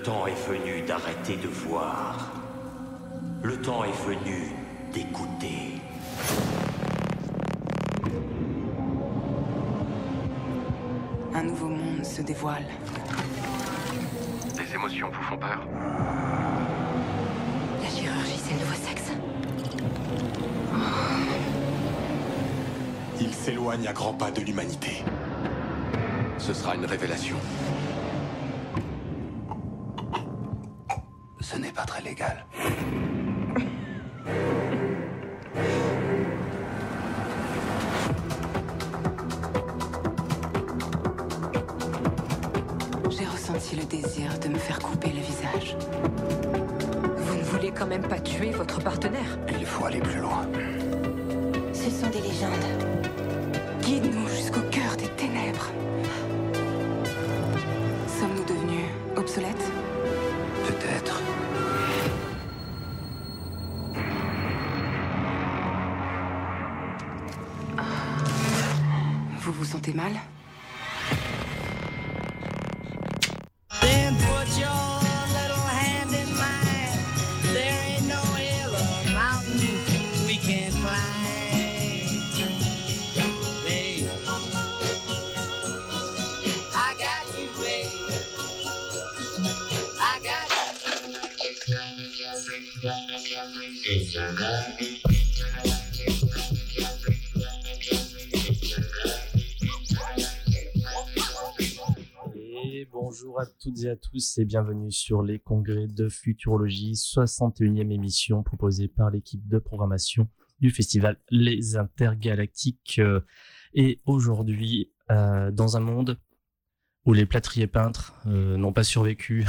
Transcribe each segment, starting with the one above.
Le temps est venu d'arrêter de voir. Le temps est venu d'écouter. Un nouveau monde se dévoile. Les émotions vous font peur? La chirurgie, c'est le nouveau sexe. Il s'éloigne à grands pas de l'humanité. Ce sera une révélation. Ce n'est pas très légal. J'ai ressenti le désir de me faire couper le visage. Vous ne voulez quand même pas tuer votre partenaire? Il faut aller plus loin. Ce sont des légendes. Guide-nous jusqu'au cœur des ténèbres. Sommes-nous devenus obsolètes? Peut-être. Vous vous sentez mal? Then put your little hand in mine. There ain't no hill or mountain we can't climb. Babe, I got you, babe. I got Et bonjour à toutes et à tous et bienvenue sur les congrès de futurologie, 61e émission proposée par l'équipe de programmation du festival Les Intergalactiques. Et aujourd'hui, dans un monde où les plâtriers peintres n'ont pas survécu,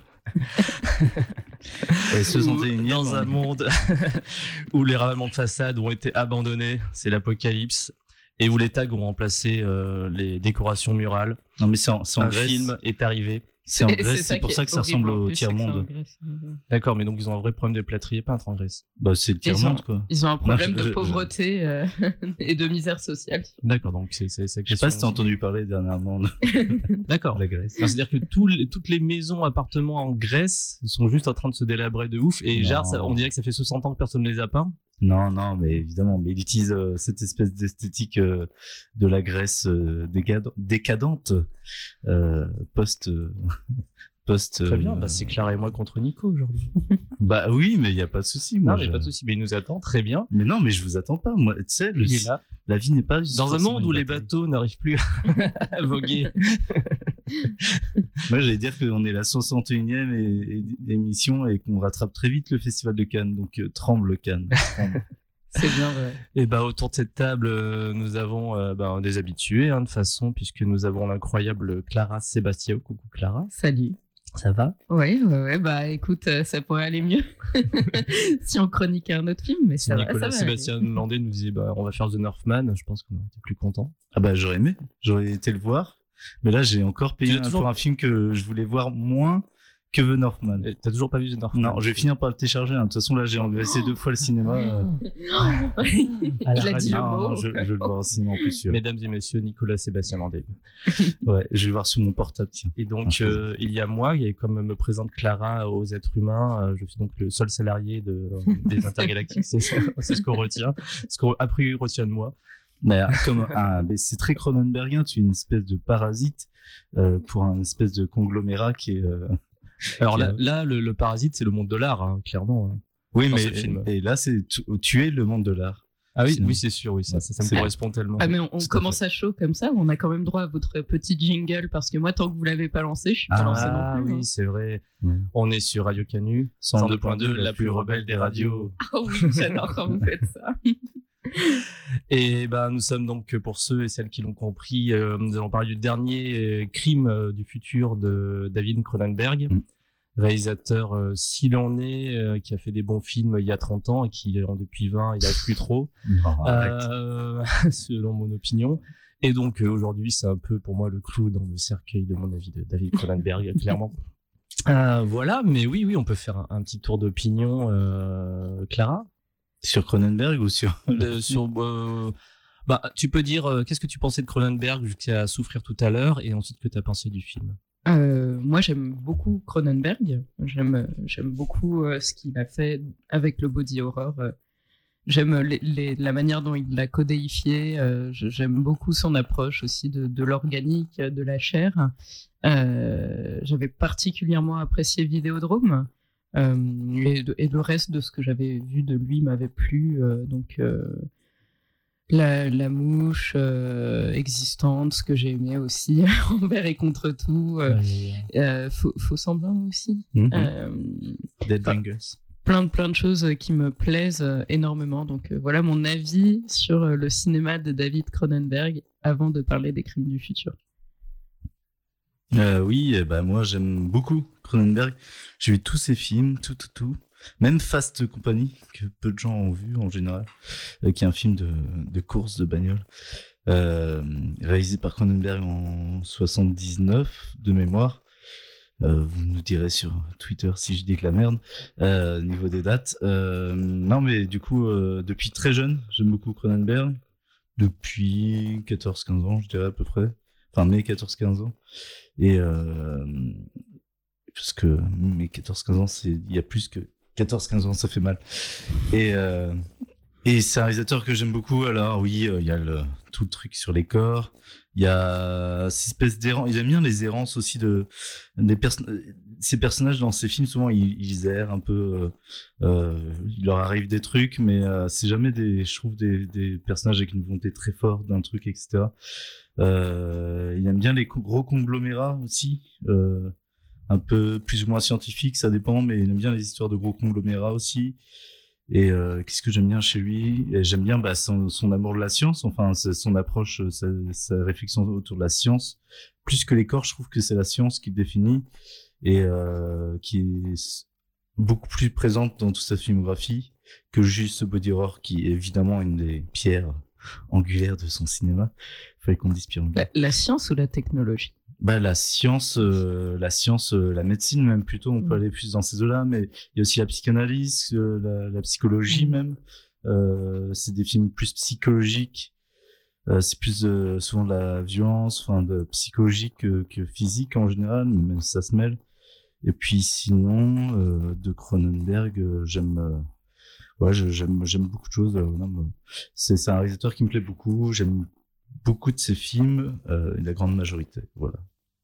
dans un monde où les ravalements de façade ont été abandonnés, c'est l'apocalypse, et où les tags ont remplacé les décorations murales. Non, mais c'est en Un Grèce. film est arrivé. C'est en Grèce, c'est pour ça que ça ressemble au tiers-monde. D'accord, mais donc ils ont un vrai problème de plâtriers peintres en Grèce. Bah, c'est le tiers-monde, quoi. Ils ont un problème Non, de pauvreté et de misère sociale. D'accord, donc c'est Je sais pas si t'as entendu parler dernièrement de D'accord. la Grèce. Non, c'est-à-dire que toutes les maisons, appartements en Grèce sont juste en train de se délabrer de ouf. Et Non. genre, on dirait que ça fait 60 ans que personne ne les a peints. Non, non, mais évidemment, mais il utilise cette espèce d'esthétique de la Grèce décadente, post. Très bien, bah, c'est Clara et moi contre Nico aujourd'hui. Bah oui, mais il y a pas de souci. Moi, Non, mais pas de souci, mais il nous attend, très bien. Mais non, mais je vous attends pas. Moi, tu sais, Il est là. la vie n'est pas Dans un monde où les bateaux n'arrivent plus à voguer. Moi, j'allais dire qu'on est la 61e émission et qu'on rattrape très vite le festival de Cannes. Donc, tremble Cannes. Tremble. C'est bien vrai. Et bah, autour de cette table, nous avons des habitués, de façon, puisque nous avons l'incroyable Clara Sebastiao. Coucou Clara. Salut. Ça va? Ouais, bah écoute, ça pourrait aller mieux si on chroniquait un autre film, mais ça Nicolas va. Sébastien Landais nous disait, on va faire The Northman. Je pense qu'on aurait été plus content. Ah bah, j'aurais aimé. J'aurais été le voir. Mais là, j'ai encore payé pour un film que je voulais voir moins que The Northman. Et t'as toujours pas vu The Northman? Non, je vais finir par le télécharger. De toute façon, là, j'ai engraissé 2 fois le cinéma. Il a dit le mot. Non, je vais le voir au cinéma en plus sûr. Mesdames et messieurs, Nicolas Sébastien Landais. Ouais, je vais le voir sur mon portable, tiens. Et donc, il y a moi, et comme me présente Clara aux êtres humains, je suis donc le seul salarié des Intergalactiques. C'est ce qu'on retient. Ce qu'on a priori retient de moi. Mais mais c'est très Cronenbergien. Tu es une espèce de parasite pour un espèce de conglomérat qui est. Alors là, le parasite, c'est le monde de l'art, clairement. Oui, dans mais ce film. et là, c'est tuer le monde de l'art. Ah oui, Sinon. oui, c'est sûr, oui, ça me C'est correspond tellement. Ah mais on commence à chaud comme ça, on a quand même droit à votre petit jingle parce que moi tant que vous l'avez pas lancé, je suis pas lancé non plus. Oui, c'est vrai. Ouais. On est sur Radio Canu, 102.2, la plus rebelle des radios. Ah oui, j'adore quand vous faites ça. Et nous sommes donc, pour ceux et celles qui l'ont compris, nous allons parler du dernier crime du futur de David Cronenberg, réalisateur s'il en est, qui a fait des bons films il y a 30 ans et qui depuis 20 il n'y a plus trop, selon mon opinion. Et donc aujourd'hui c'est un peu pour moi le clou dans le cercueil de mon avis de David Cronenberg, clairement. Voilà, mais oui, on peut faire un petit tour d'opinion, Clara. Sur Cronenberg ou sur tu peux dire qu'est-ce que tu pensais de Cronenberg jusqu'à souffrir tout à l'heure et ensuite que tu as pensé du film. Moi, j'aime beaucoup Cronenberg. J'aime beaucoup ce qu'il a fait avec le body horror. J'aime la manière dont il l'a codéifié. J'aime beaucoup son approche aussi de l'organique, de la chair. J'avais particulièrement apprécié Vidéodrome. Et le reste de ce que j'avais vu de lui m'avait plu. Donc, la mouche existante, ce que j'ai aimé aussi, Envers et contre tout. Faux semblant aussi. Dead Bangers. Plein de choses qui me plaisent énormément. Donc voilà mon avis sur le cinéma de David Cronenberg avant de parler des Crimes du futur. Oui, moi j'aime beaucoup Cronenberg. J'ai vu tous ses films, tout. Même Fast Company, que peu de gens ont vu en général, qui est un film de course de bagnole, réalisé par Cronenberg en 79 de mémoire. Vous nous direz sur Twitter si je dis que la merde niveau des dates. Non mais du coup depuis très jeune j'aime beaucoup Cronenberg, depuis 14-15 ans je dirais à peu près, enfin mes 14-15 ans, et parce que mes 14-15 ans il y a plus que 14-15 ans, ça fait mal, et c'est un réalisateur que j'aime beaucoup. Alors oui, il y a tout le truc sur les corps. Il y a cette espèce d'errance. Il aime bien les errances aussi ces personnages dans ces films. Souvent, ils errent un peu. Il leur arrive des trucs, mais c'est jamais je trouve des personnages avec une volonté très forte d'un truc, etc. Il aime bien les gros conglomérats aussi. Un peu plus ou moins scientifiques, ça dépend, mais il aime bien les histoires de gros conglomérats aussi. Et qu'est-ce que j'aime bien chez lui? Et j'aime bien son amour de la science, enfin son approche, sa réflexion autour de la science. Plus que les corps, je trouve que c'est la science qui le définit et qui est beaucoup plus présente dans toute sa filmographie que juste ce body horror qui est évidemment une des pierres angulaires de son cinéma. Fallait qu'on dise pierre angulaire. La science ou la technologie? La science, la médecine même plutôt, on peut aller plus dans ces eaux-là, mais il y a aussi la psychanalyse, la psychologie même. C'est des films plus psychologiques. C'est plus souvent de la violence, enfin de psychologique que physique en général, même si ça se mêle. Et puis sinon, de Cronenberg, j'aime beaucoup de choses. C'est un réalisateur qui me plaît beaucoup. J'aime beaucoup de ses films, la grande majorité, voilà.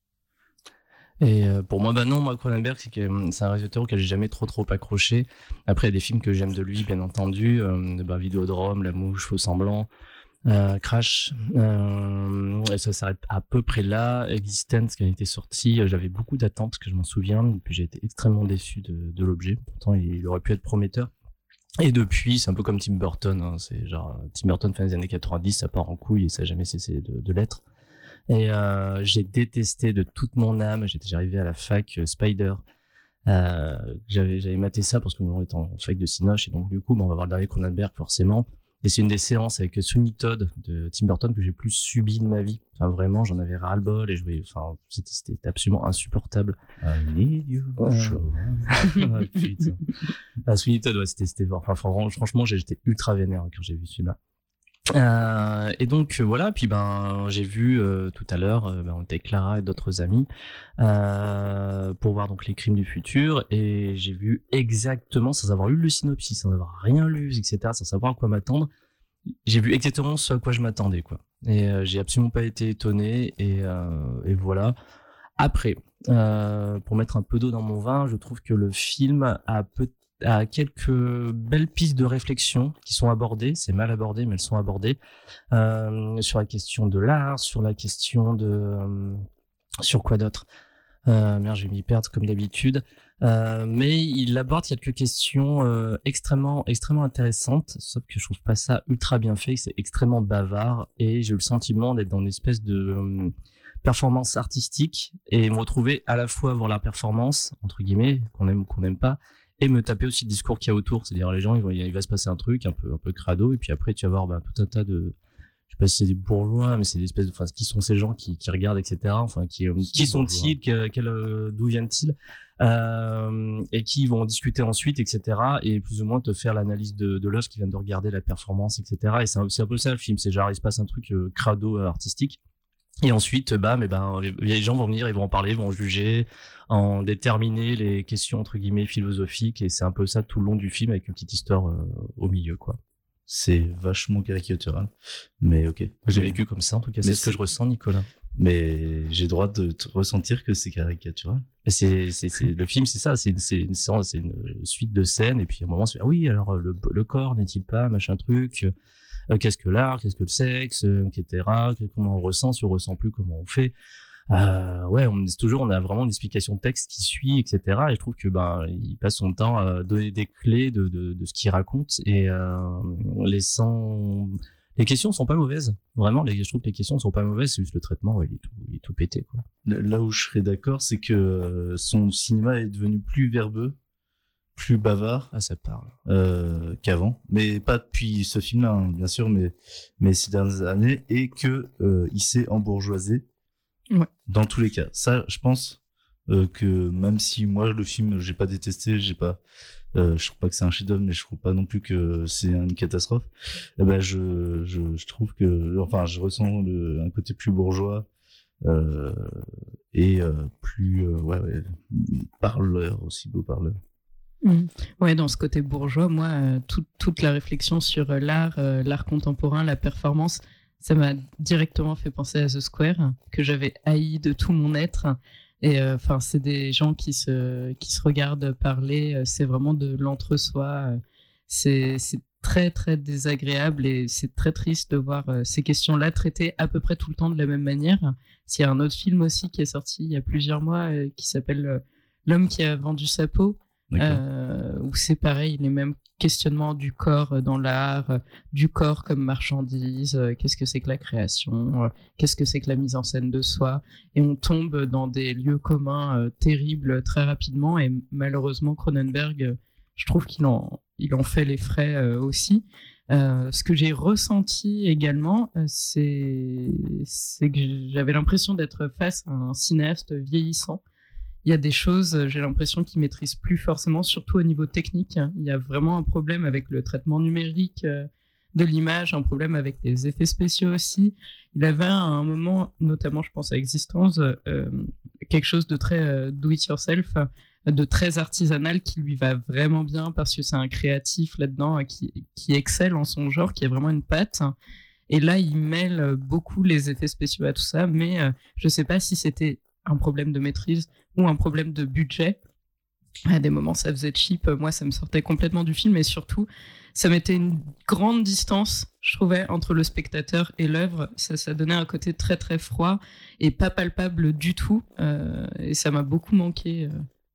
Et pour moi, non, Cronenberg, c'est un réalisateur auquel j'ai jamais trop accroché. Après, il y a des films que j'aime de lui, bien entendu, Vidéodrome, La Mouche, Faux Semblant, Crash, et ça s'arrête à peu près là. Existence, qui a été sorti, j'avais beaucoup d'attentes, parce que je m'en souviens, et puis j'ai été extrêmement déçu de l'objet. Pourtant, il aurait pu être prometteur. Et depuis, c'est un peu comme Tim Burton, hein. C'est genre Tim Burton fin des années 90, ça part en couille et ça n'a jamais cessé de l'être. Et j'ai détesté de toute mon âme. J'étais arrivé à la fac Spider. J'avais maté ça parce que on était en fac de Cinoche et donc du coup, on va voir le dernier Cronenberg forcément. Et c'est une des séances avec Sweeney Todd de Tim Burton que j'ai plus subi de ma vie. Enfin vraiment, j'en avais ras-le-bol et c'était absolument insupportable. I need you. Putain. Sweeney Todd, ouais, c'était enfin franchement, j'étais ultra vénère quand j'ai vu celui-là. Et donc voilà, puis j'ai vu tout à l'heure, on était avec Clara et d'autres amis pour voir donc les Crimes du futur, et j'ai vu exactement, sans avoir lu le synopsis, sans avoir rien lu, etc., sans savoir à quoi m'attendre, j'ai vu exactement ce à quoi je m'attendais, quoi. Et j'ai absolument pas été étonné, et voilà. Après, pour mettre un peu d'eau dans mon vin, je trouve que le film a quelques belles pistes de réflexion qui sont abordées. C'est mal abordé, mais elles sont abordées. Sur la question de l'art, sur la question de... sur quoi d'autre? Merde, je vais m'y perdre comme d'habitude. Mais il aborde quelques questions extrêmement intéressantes, sauf que je trouve pas ça ultra bien fait, c'est extrêmement bavard, et j'ai eu le sentiment d'être dans une espèce de... performance artistique, et me retrouver à la fois voir la performance, entre guillemets, qu'on aime ou qu'on n'aime pas, et me taper aussi le discours qu'il y a autour. C'est-à-dire, les gens, il va se passer un truc un peu crado, et puis après, tu vas voir tout un tas de... Je sais pas si c'est des bourgeois, mais c'est des espèces de... Enfin, qui sont ces gens qui regardent, etc. Enfin, qui sont-ils, d'où viennent-ils, et qui vont discuter ensuite, etc. Et plus ou moins te faire l'analyse de l'œuvre qui vient de regarder la performance, etc. Et c'est un peu ça, le film. C'est genre, il se passe un truc crado artistique. Et ensuite, les gens vont venir, ils vont en parler, vont juger, en déterminer les questions entre guillemets philosophiques, et c'est un peu ça tout le long du film avec une petite histoire au milieu, quoi. C'est vachement caricatural, mais ok. J'ai vécu comme ça, en tout cas, c'est ce que je ressens, Nicolas. Mais j'ai le droit de ressentir que c'est caricatural. C'est le film, c'est ça, c'est une suite de scènes, et puis à un moment, c'est oui, alors le corps n'est-il pas machin truc, qu'est-ce que l'art, qu'est-ce que le sexe, etc. Comment on ressent, si on ressent plus, comment on fait. On a vraiment une explication de texte qui suit, etc. Et je trouve que il passe son temps à donner des clés de ce qu'il raconte, et les questions sont pas mauvaises. Vraiment, je trouve que les questions sont pas mauvaises, c'est juste le traitement, il est tout pété, quoi. Là où je serais d'accord, c'est que son cinéma est devenu plus verbeux, plus bavard. Ah, ça parle. Qu'avant. Mais pas depuis ce film-là, hein, bien sûr, mais ces dernières années, et que il s'est embourgeoisé. Ouais. Dans tous les cas. Ça, je pense que même si moi, le film, j'ai pas détesté, je trouve pas que c'est un chef-d'œuvre, mais je trouve pas non plus que c'est une catastrophe. Je trouve que, enfin, je ressens un côté plus bourgeois et plus parleur aussi, beau parleur. Ouais, dans ce côté bourgeois, moi, toute la réflexion sur l'art contemporain, la performance, ça m'a directement fait penser à The Square, que j'avais haï de tout mon être. Et c'est des gens qui se regardent parler, c'est vraiment de l'entre-soi. C'est très, très désagréable, et c'est très triste de voir ces questions-là traitées à peu près tout le temps de la même manière. Il y a un autre film aussi qui est sorti il y a plusieurs mois qui s'appelle L'homme qui a vendu sa peau, où c'est pareil, les mêmes questionnements du corps dans l'art, du corps comme marchandise, qu'est-ce que c'est que la création, qu'est-ce que c'est que la mise en scène de soi, et on tombe dans des lieux communs terribles très rapidement, et malheureusement Cronenberg, je trouve qu'il en fait les frais aussi. Ce que j'ai ressenti également, c'est que j'avais l'impression d'être face à un cinéaste vieillissant. Il y a des choses, j'ai l'impression qu'il maîtrise plus forcément, surtout au niveau technique. Il y a vraiment un problème avec le traitement numérique de l'image, un problème avec les effets spéciaux aussi. Il avait à un moment, notamment je pense à Existence, quelque chose de très do-it-yourself, de très artisanal, qui lui va vraiment bien parce que c'est un créatif là-dedans qui excelle en son genre, qui a vraiment une patte. Et là, il mêle beaucoup les effets spéciaux à tout ça, mais je sais pas si c'était un problème de maîtrise ou un problème de budget. À des moments, ça faisait cheap. Moi, ça me sortait complètement du film, et surtout, ça mettait une grande distance, je trouvais, entre le spectateur et l'œuvre. Ça donnait un côté très, très froid et pas palpable du tout. Et ça m'a beaucoup manqué.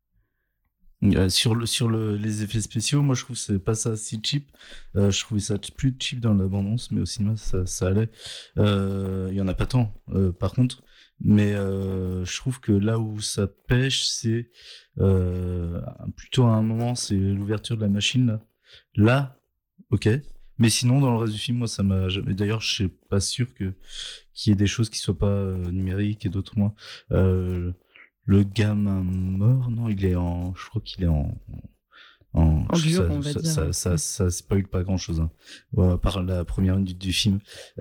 Sur les effets spéciaux, moi, je trouve que c'est pas ça si cheap. Je trouvais ça plus cheap dans l'abondance, mais au cinéma, ça allait. Il y en a pas tant, par contre. Mais je trouve que là où ça pêche, c'est plutôt à un moment, c'est l'ouverture de la machine là, ok. Mais sinon, dans le reste du film, moi, ça m'a jamais. D'ailleurs, je suis pas sûr qu'il y ait des choses qui soient pas numériques et d'autres moins. Le gamin mort, non, je crois qu'il est en dur, on va dire. Ça spoil pas grand chose, hein. Ouais, par la première minute du film.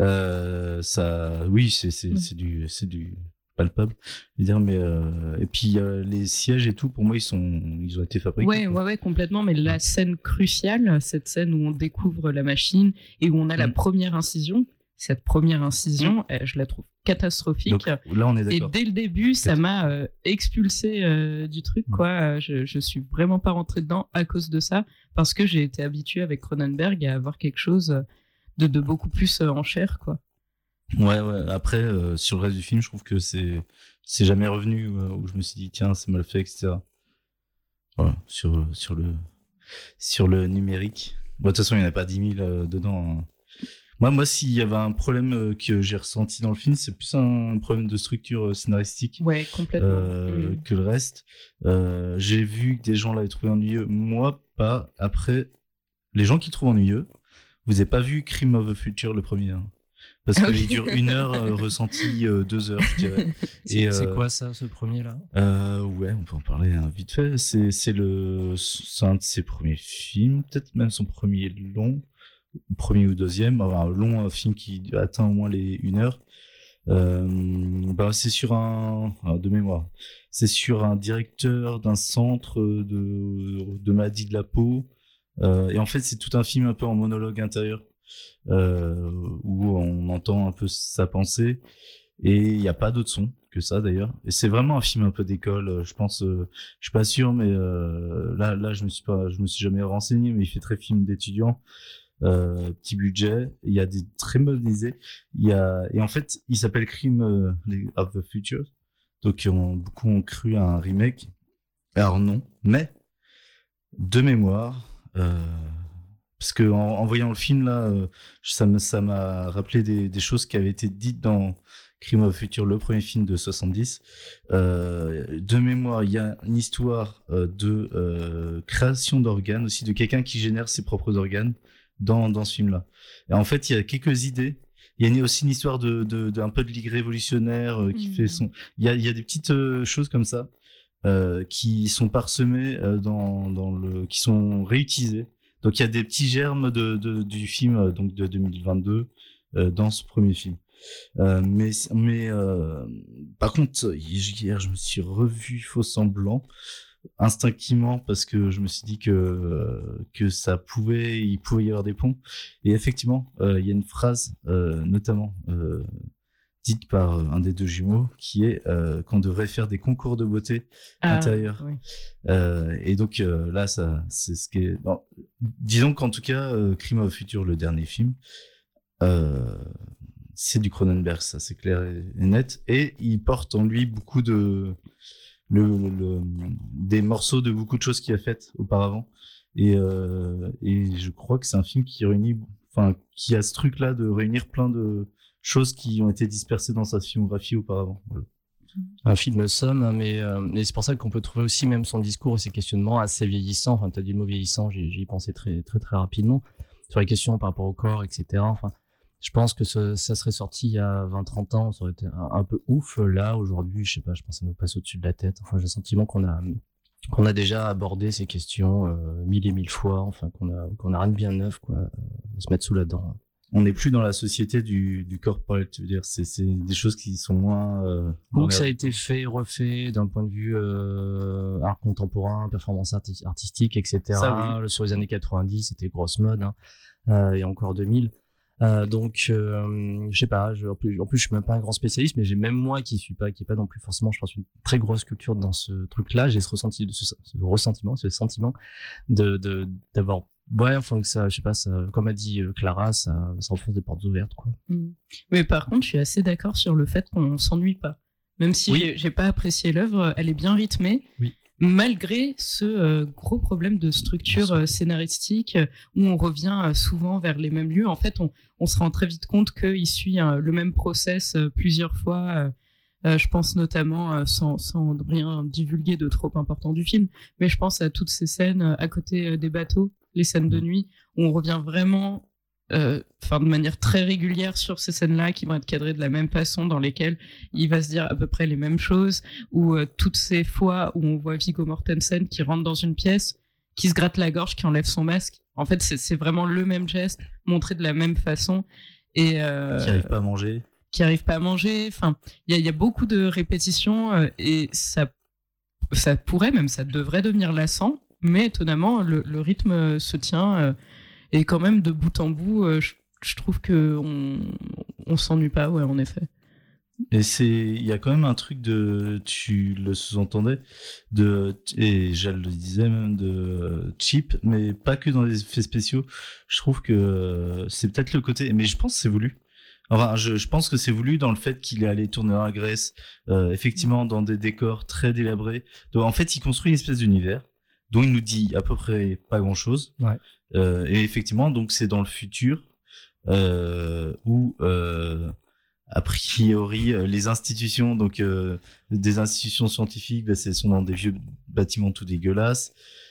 Oui, c'est du palpable, je veux dire, mais et puis les sièges et tout, pour moi, ils ont été fabriqués. Ouais, complètement. Mais la scène cruciale, cette scène où on découvre la machine et où on a la première incision, cette première incision, je la trouve catastrophique. Donc, là, on est d'accord. Et dès le début, ça m'a expulsé du truc, quoi. Je suis vraiment pas rentré dedans à cause de ça, parce que j'ai été habitué avec Cronenberg à avoir quelque chose de beaucoup plus en chair, quoi. Ouais. Après, sur le reste du film, je trouve que c'est jamais revenu où je me suis dit tiens, c'est mal fait, etc. Voilà, sur le numérique. Bon, de toute façon, il n'y en a pas 10 000 dedans, hein. Moi, s'il y avait un problème que j'ai ressenti dans le film, c'est plus un problème de structure scénaristique, complètement. Que le reste. J'ai vu que des gens l'avaient trouvé ennuyeux. Moi, pas. Après, les gens qui trouvent ennuyeux, vous n'avez pas vu Crime of the Future, le premier, hein, parce qu'il dure 1 heure, ressenti 2 heures, je dirais. C'est quoi ça, ce premier-là? Ouais, on peut en parler vite fait. C'est un de ses premiers films, peut-être même son premier long. Premier ou deuxième, un long film qui atteint au moins les 1 heure. C'est sur de mémoire, c'est sur un directeur d'un centre de maladie de la peau, et en fait c'est tout un film un peu en monologue intérieur, où on entend un peu sa pensée, et il n'y a pas d'autre son que ça d'ailleurs, et c'est vraiment un film un peu d'école, je pense, je suis pas sûr, mais là je me suis jamais renseigné, mais il fait très film d'étudiant. Petit budget, il y a des très bonnes idées, et en fait il s'appelle Crime of the Future, donc beaucoup ont cru à un remake, alors non, mais de mémoire, parce que en voyant le film là, ça m'a rappelé des choses qui avaient été dites dans Crime of the Future, le premier film de 70. De mémoire, il y a une histoire de création d'organes aussi, de quelqu'un qui génère ses propres organes dans ce film-là. Et en fait, il y a quelques idées. Il y a aussi une histoire un peu de ligue révolutionnaire qui fait son. Il y a des petites choses comme ça qui sont parsemées qui sont réutilisées. Donc il y a des petits germes du film donc de 2022 dans ce premier film. Mais par contre, hier je me suis revu Faux Semblant instinctivement, parce que je me suis dit que il pouvait y avoir des ponts, et effectivement il y a une phrase notamment dite par un des deux jumeaux qui est qu'on devrait faire des concours de beauté intérieure. Oui. Et donc là c'est ce qui est disons qu'en tout cas Crime of the Future, le dernier film, c'est du Cronenberg, ça c'est clair et net, et il porte en lui beaucoup des morceaux de beaucoup de choses qu'il a faites auparavant, et je crois que c'est un film qui a ce truc là de réunir plein de choses qui ont été dispersées dans sa filmographie auparavant. Voilà. Un film somme, mais c'est pour ça qu'on peut trouver aussi même son discours et ses questionnements assez vieillissants. Enfin, t'as dit le mot vieillissant, j'y ai pensé très très très rapidement sur les questions par rapport au corps, etc. Enfin, je pense que ça serait sorti il y a 20-30 ans, ça aurait été un peu ouf. Là, aujourd'hui, je sais pas, je pense que ça nous passe au-dessus de la tête. Enfin, j'ai le sentiment qu'on a déjà abordé ces questions 1000 et 1000 fois, enfin, qu'on a rien de bien neuf, quoi, à se mettre sous la dent. On n'est plus dans la société du corporate, tu veux dire, c'est des choses qui sont moins... Donc ça a été fait, refait d'un point de vue art contemporain, performance artistique, etc. Ça, oui. Sur les années 90, c'était grosse mode, et encore 2000. Donc je sais pas, en plus je suis même pas un grand spécialiste, mais j'ai même moi qui est pas non plus forcément, je pense, une très grosse culture dans ce truc là, j'ai ce sentiment d'avoir enfin que ça, je sais pas, ça, comme a dit Clara, ça enfonce des portes ouvertes, quoi. Mais par contre je suis assez d'accord sur le fait qu'on s'ennuie pas, même si oui. j'ai pas apprécié l'œuvre, elle est bien rythmée. Oui. Malgré ce gros problème de structure scénaristique où on revient souvent vers les mêmes lieux, en fait, on se rend très vite compte qu'il suit le même process plusieurs fois. Je pense notamment, sans rien divulguer de trop important du film, mais je pense à toutes ces scènes à côté des bateaux, les scènes de nuit, où on revient vraiment... de manière très régulière sur ces scènes-là qui vont être cadrées de la même façon, dans lesquelles il va se dire à peu près les mêmes choses, ou toutes ces fois où on voit Viggo Mortensen qui rentre dans une pièce, qui se gratte la gorge, qui enlève son masque. En fait, c'est vraiment le même geste, montré de la même façon. Et qui arrive pas à manger. Enfin, il y a beaucoup de répétitions, et ça pourrait même, ça devrait devenir lassant, mais étonnamment, le rythme se tient... Et quand même, de bout en bout, je trouve qu'on s'ennuie pas, ouais, en effet. Et il y a quand même un truc tu le sous-entendais, et je le disais même, de cheap, mais pas que dans les effets spéciaux. Je trouve que c'est peut-être le côté, mais je pense que c'est voulu. Enfin, je pense que c'est voulu dans le fait qu'il est allé tourner en Grèce, effectivement, dans des décors très délabrés. Donc, en fait, il construit une espèce d'univers dont il nous dit à peu près pas grand-chose. Ouais. Et effectivement, donc c'est dans le futur où a priori les institutions, donc des institutions scientifiques, elles sont dans des vieux bâtiments tout dégueulasses.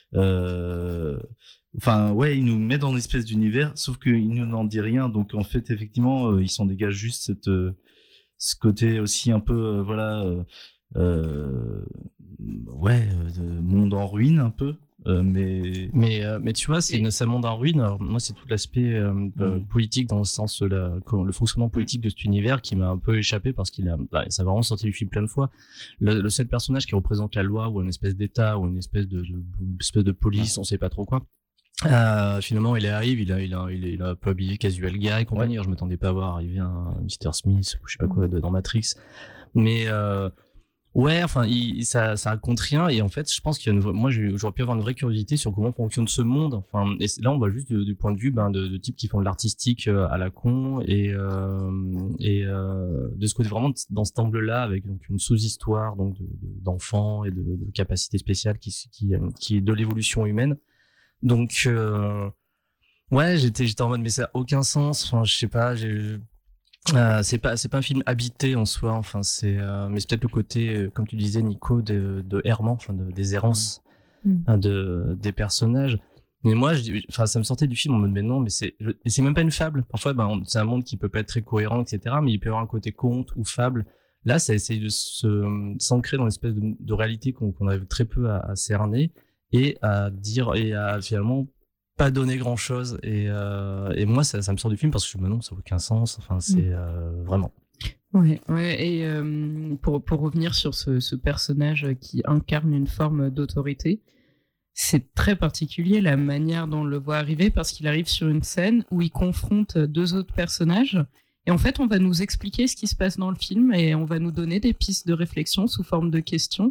Enfin ouais, il nous met dans une espèce d'univers, sauf qu'il nous n'en dit rien. Donc en fait, effectivement, il s'en dégage juste ce côté aussi un peu monde en ruine un peu. Mais tu vois, c'est un monde en ruine. Alors, moi, c'est tout l'aspect politique dans le sens le fonctionnement politique de cet univers qui m'a un peu échappé parce ça a vraiment sorti du film plein de fois. Le seul personnage qui représente la loi ou une espèce d'État ou une espèce de police, on sait pas trop quoi. Finalement, il arrive, il est un peu habillé casual guy et compagnie. Je m'attendais pas à voir arriver un Mr. Smith ou je sais pas quoi dans Matrix. Mais ouais, enfin, ça raconte rien et en fait, je pense moi, j'aurais pu avoir une vraie curiosité sur comment fonctionne ce monde. Enfin, et là, on voit juste du point de vue de types qui font de l'artistique à la con et de ce côté vraiment dans cet angle-là avec donc une sous-histoire donc d'enfants et de capacités spéciales qui est de l'évolution humaine. Donc ouais, j'étais en mode mais ça a aucun sens. Enfin, je sais pas, c'est pas un film habité en soi, enfin mais c'est peut-être le côté comme tu disais Nico de errement, enfin des errances des personnages. Mais moi ça me sortait du film en mode mais non, mais c'est même pas une fable. Parfois c'est un monde qui peut pas être très cohérent, etc., mais il peut y avoir un côté conte ou fable. Là, ça essaye de s'ancrer dans une espèce de réalité qu'on arrive très peu à cerner et à dire et à finalement pas donner grand chose et moi ça me sort du film parce que non, ça n'a aucun sens. Enfin, c'est vraiment. Ouais, et pour revenir sur ce personnage qui incarne une forme d'autorité, c'est très particulier la manière dont on le voit arriver parce qu'il arrive sur une scène où il confronte deux autres personnages et en fait on va nous expliquer ce qui se passe dans le film et on va nous donner des pistes de réflexion sous forme de questions.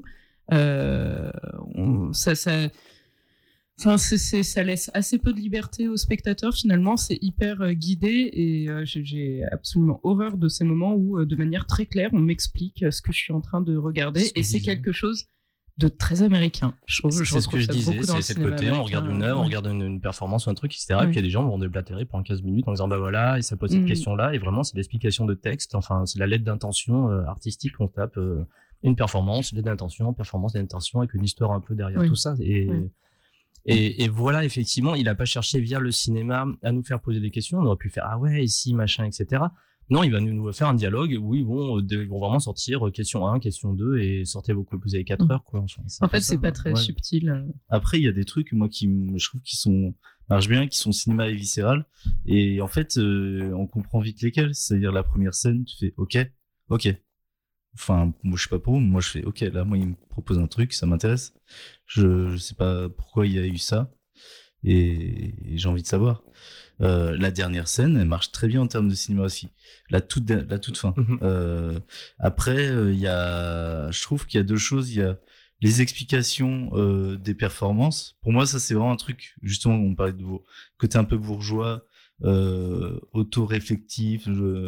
Ça laisse assez peu de liberté aux spectateurs finalement, c'est hyper guidé et j'ai absolument horreur de ces moments où de manière très claire on m'explique ce que je suis en train de regarder et c'est quelque chose de très américain. C'est ce que je disais, c'est le côté on regarde une œuvre, on regarde une performance ou un truc, etc. Et puis il y a des gens qui vont déblatérer pendant 15 minutes en disant bah voilà, et ça pose cette question-là et vraiment c'est l'explication de texte, enfin c'est la lettre d'intention artistique qu'on tape une performance, lettre d'intention avec une histoire un peu derrière tout ça et voilà, effectivement, il a pas cherché via le cinéma à nous faire poser des questions. On aurait pu faire ah ouais, ici, machin, etc. Non, il va nous faire un dialogue où ils vont vraiment sortir question 1, question 2 et sortez vos coupes, vous avez 4 heures, quoi. Enfin, en fait, c'est pas très subtil. Après, il y a des trucs, moi, je trouve qui marchent bien, qui sont cinéma et viscéral. Et en fait, on comprend vite lesquels. C'est-à-dire la première scène, tu fais ok. Enfin, moi, je sais pas pour vous, moi, je fais ok, là, moi, il me propose un truc, ça m'intéresse. Je sais pas pourquoi il y a eu ça. Et j'ai envie de savoir. La dernière scène, elle marche très bien en termes de cinéma aussi. La toute fin. Après, je trouve qu'il y a deux choses. Il y a les explications des performances. Pour moi, ça, c'est vraiment un truc, justement, on parlait de côté un peu bourgeois, auto-réflectif,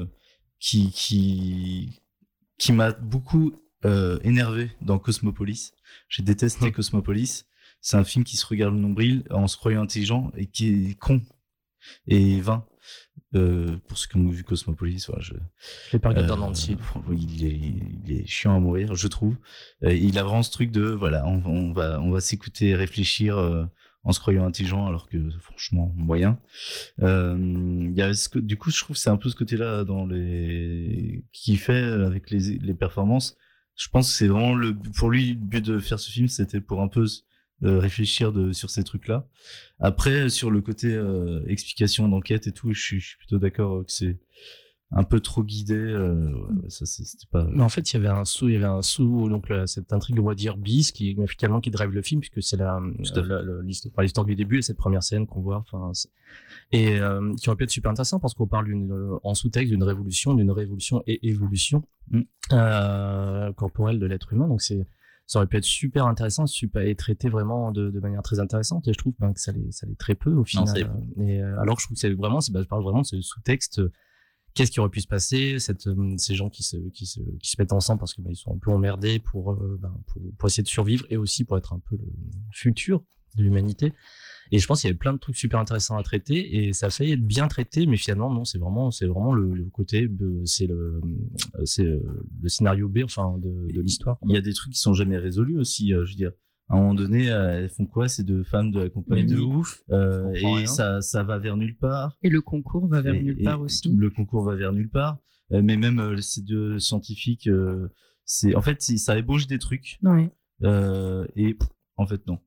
qui m'a beaucoup énervé dans Cosmopolis. J'ai détesté Cosmopolis. C'est un film qui se regarde le nombril en se croyant intelligent et qui est con et vain. Pour ceux qui ont vu Cosmopolis, voilà, je l'ai pas regardé en entier. Il est chiant à mourir, je trouve. Il a vraiment ce truc de voilà, on va s'écouter, réfléchir en se croyant intelligent, alors que franchement moyen. Il y a du coup, je trouve que c'est un peu ce côté-là qui fait avec les performances. Je pense que c'est vraiment pour lui le but de faire ce film, c'était pour un peu réfléchir sur ces trucs-là. Après, sur le côté explication d'enquête et tout, je suis plutôt d'accord que c'est un peu trop guidé. Ça, c'était pas. Mais en fait, il y avait un sous, donc cette intrigue, on va dire bis, qui drive le film, puisque c'est l'histoire du début et cette première scène qu'on voit. Enfin, et qui aurait pu être super intéressant parce qu'on parle en sous-texte d'une révolution et évolution corporelle de l'être humain. Donc ça aurait pu être super intéressant, et traité vraiment de manière très intéressante. Et je trouve que ça l'est très peu au final. Et alors que je trouve que je parle vraiment de ce sous-texte. Qu'est-ce qui aurait pu se passer, ces gens qui se mettent ensemble parce que ils sont un peu emmerdés pour essayer de survivre et aussi pour être un peu le futur de l'humanité. Et je pense qu'il y avait plein de trucs super intéressants à traiter et ça a failli être bien traité, mais finalement non, c'est vraiment le côté c'est le scénario B, enfin de l'histoire. Il y a des trucs qui sont jamais résolus aussi, je veux dire. À un moment donné, elles font quoi ces deux femmes de la compagnie? De ouf. Et ça va vers nulle part. Et le concours va vers nulle part aussi. Le concours va vers nulle part. Mais même ces deux scientifiques, en fait, ça ébauche des trucs. Ouais. Et en fait, non.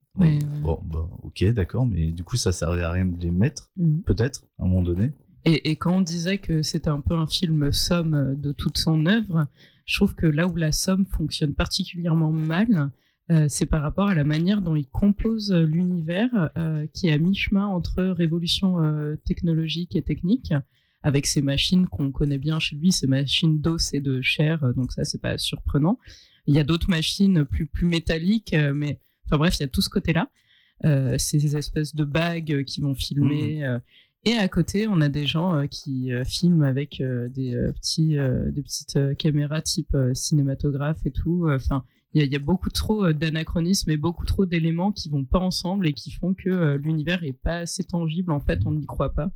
Ouais, Bon, bah, ok, d'accord, mais du coup, ça servait à rien de les mettre, peut-être, à un moment donné. Et quand on disait que c'était un peu un film somme de toute son œuvre, je trouve que là où la somme fonctionne particulièrement mal, c'est par rapport à la manière dont il compose l'univers, qui est à mi-chemin entre révolution technologique et technique, avec ces machines qu'on connaît bien chez lui, ces machines d'os et de chair, donc ça, c'est pas surprenant. Il y a d'autres machines plus métalliques, mais enfin bref, il y a tout ce côté-là. Ces espèces de bagues qui vont filmer. Et à côté, on a des gens qui filment avec des petites caméras type cinématographe et tout. Enfin, il y a beaucoup trop d'anachronismes et beaucoup trop d'éléments qui vont pas ensemble et qui font que l'univers est pas assez tangible. En fait, on n'y croit pas.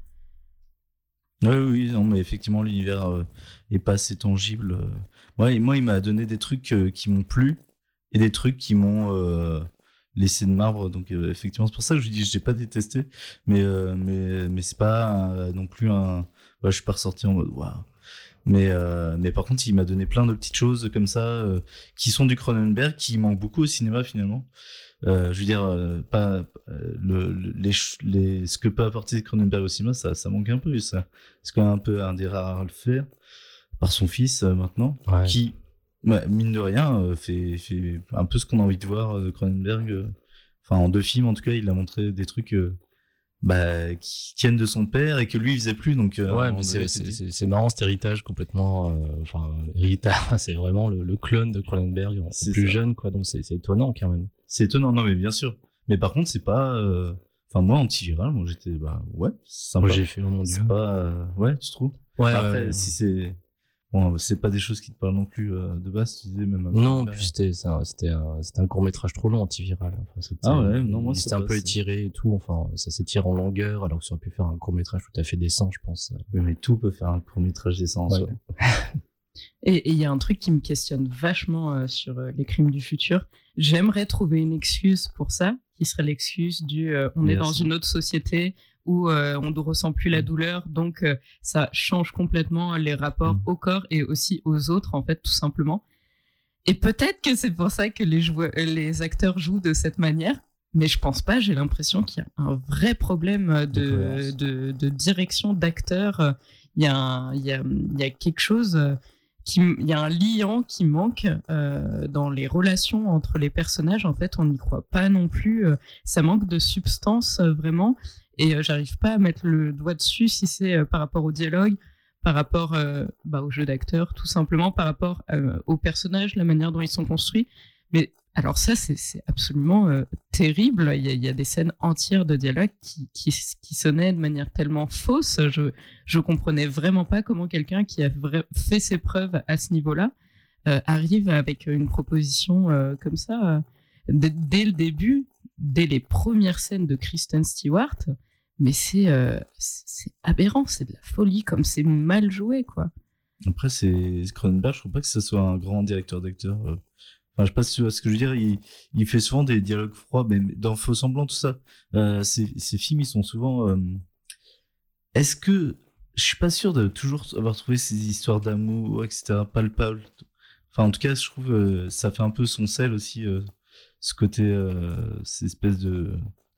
Oui, non, mais effectivement, l'univers est pas assez tangible. Moi, il m'a donné des trucs qui m'ont plu et des trucs qui m'ont laissé de marbre. Donc, effectivement, c'est pour ça que je dis que j'ai pas détesté, mais c'est pas non plus un. Ouais, je suis pas ressorti en mode waouh. Mais par contre, il m'a donné plein de petites choses comme ça qui sont du Cronenberg, qui manquent beaucoup au cinéma finalement. Je veux dire, pas ce que peut apporter Cronenberg au cinéma, ça manque un peu. Ça, c'est quand même un peu un des rares à le faire par son fils maintenant, qui mine de rien fait un peu ce qu'on a envie de voir de Cronenberg. Enfin, en 2 films en tout cas, il a montré des trucs qui tiennent de son père et que lui il faisait plus. Donc mais c'est marrant cet héritage complètement. Héritage, c'est vraiment le clone de Cronenberg, c'est plus jeune quoi. Donc c'est étonnant quand même. C'est étonnant, non mais bien sûr. Mais par contre, c'est pas. Enfin, moi, antiviral, moi j'étais. Ouais, c'est sympa. Moi j'ai fait, oh mon dieu. C'est pas. Ouais, tu trouves? Ouais. Après, si c'est. Bon, c'est pas des choses qui te parlent non plus de base, tu disais même. Non, puis c'était un court-métrage trop long, antiviral. Enfin, moi c'était un peu étiré et tout. Enfin, ça s'étire en longueur, alors que ça aurait pu faire un court-métrage tout à fait décent, je pense. Oui, mais tout peut faire un court-métrage décent. Ouais. Et il y a un truc qui me questionne vachement sur les crimes du futur. J'aimerais trouver une excuse pour ça, qui serait l'excuse du on est dans une autre société où on ne ressent plus la douleur, donc ça change complètement les rapports au corps et aussi aux autres, en fait, tout simplement. Et peut-être que c'est pour ça que les acteurs jouent de cette manière, mais je pense pas. J'ai l'impression qu'il y a un vrai problème de direction d'acteurs. Il y a quelque chose... il y a un liant qui manque dans les relations entre les personnages. En fait, on n'y croit pas non plus. Ça manque de substance, vraiment. Et j'arrive pas à mettre le doigt dessus si c'est par rapport au dialogue, par rapport au jeu d'acteur, tout simplement, par rapport aux personnages, la manière dont ils sont construits. Mais alors ça, c'est absolument terrible. Il y a des scènes entières de dialogue qui sonnaient de manière tellement fausse. Je comprenais vraiment pas comment quelqu'un qui a fait ses preuves à ce niveau-là arrive avec une proposition comme ça. Dès le début, dès les premières scènes de Kristen Stewart, mais c'est aberrant, c'est de la folie, comme c'est mal joué, quoi. Après, c'est Cronenberg, je trouve pas que ce soit un grand directeur d'acteur. Enfin, je sais pas si tu vois ce que je veux dire. Il fait souvent des dialogues froids, mais dans Faux Semblant, tout ça. Ces films, ils sont souvent. Est-ce que je suis pas sûr de toujours avoir trouvé ces histoires d'amour, etc., palpables. Enfin, en tout cas, je trouve ça fait un peu son sel aussi, ce côté, cette espèce de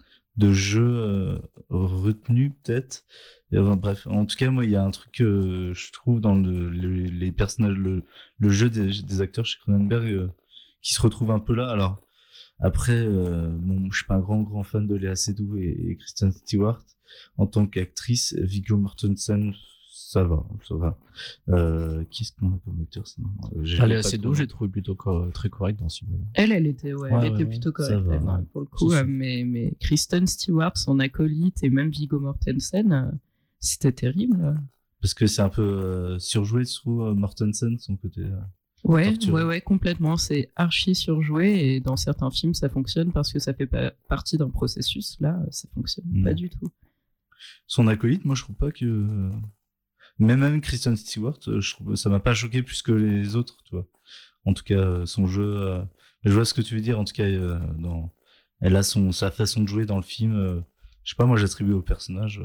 jeu retenu peut-être. Bref, en tout cas, moi, il y a un truc que je trouve dans les personnages, le jeu des acteurs chez Cronenberg. Qui se retrouve un peu là. Alors après, je suis pas un grand fan de Léa Seydoux et Kristen Stewart en tant qu'actrice. Viggo Mortensen, ça va. Qu'est-ce qu'on a comme acteur sinon Léa Seydoux, j'ai trouvé plutôt très correct dans ce film. Elle était plutôt correcte pour le coup. Mais Kristen Stewart, son acolyte et même Viggo Mortensen, c'était terrible. Parce que c'est un peu surjoué, je trouve, Mortensen, son côté. Ouais, complètement. C'est archi surjoué et dans certains films, ça fonctionne parce que ça fait partie d'un processus. Là, ça fonctionne pas du tout. Son acolyte, moi, je trouve pas que... Même Kristen Stewart, je trouve ça m'a pas choqué plus que les autres, tu vois. En tout cas, son jeu... Je vois ce que tu veux dire. En tout cas, elle a sa façon de jouer dans le film. Je sais pas, moi, j'attribue au personnage...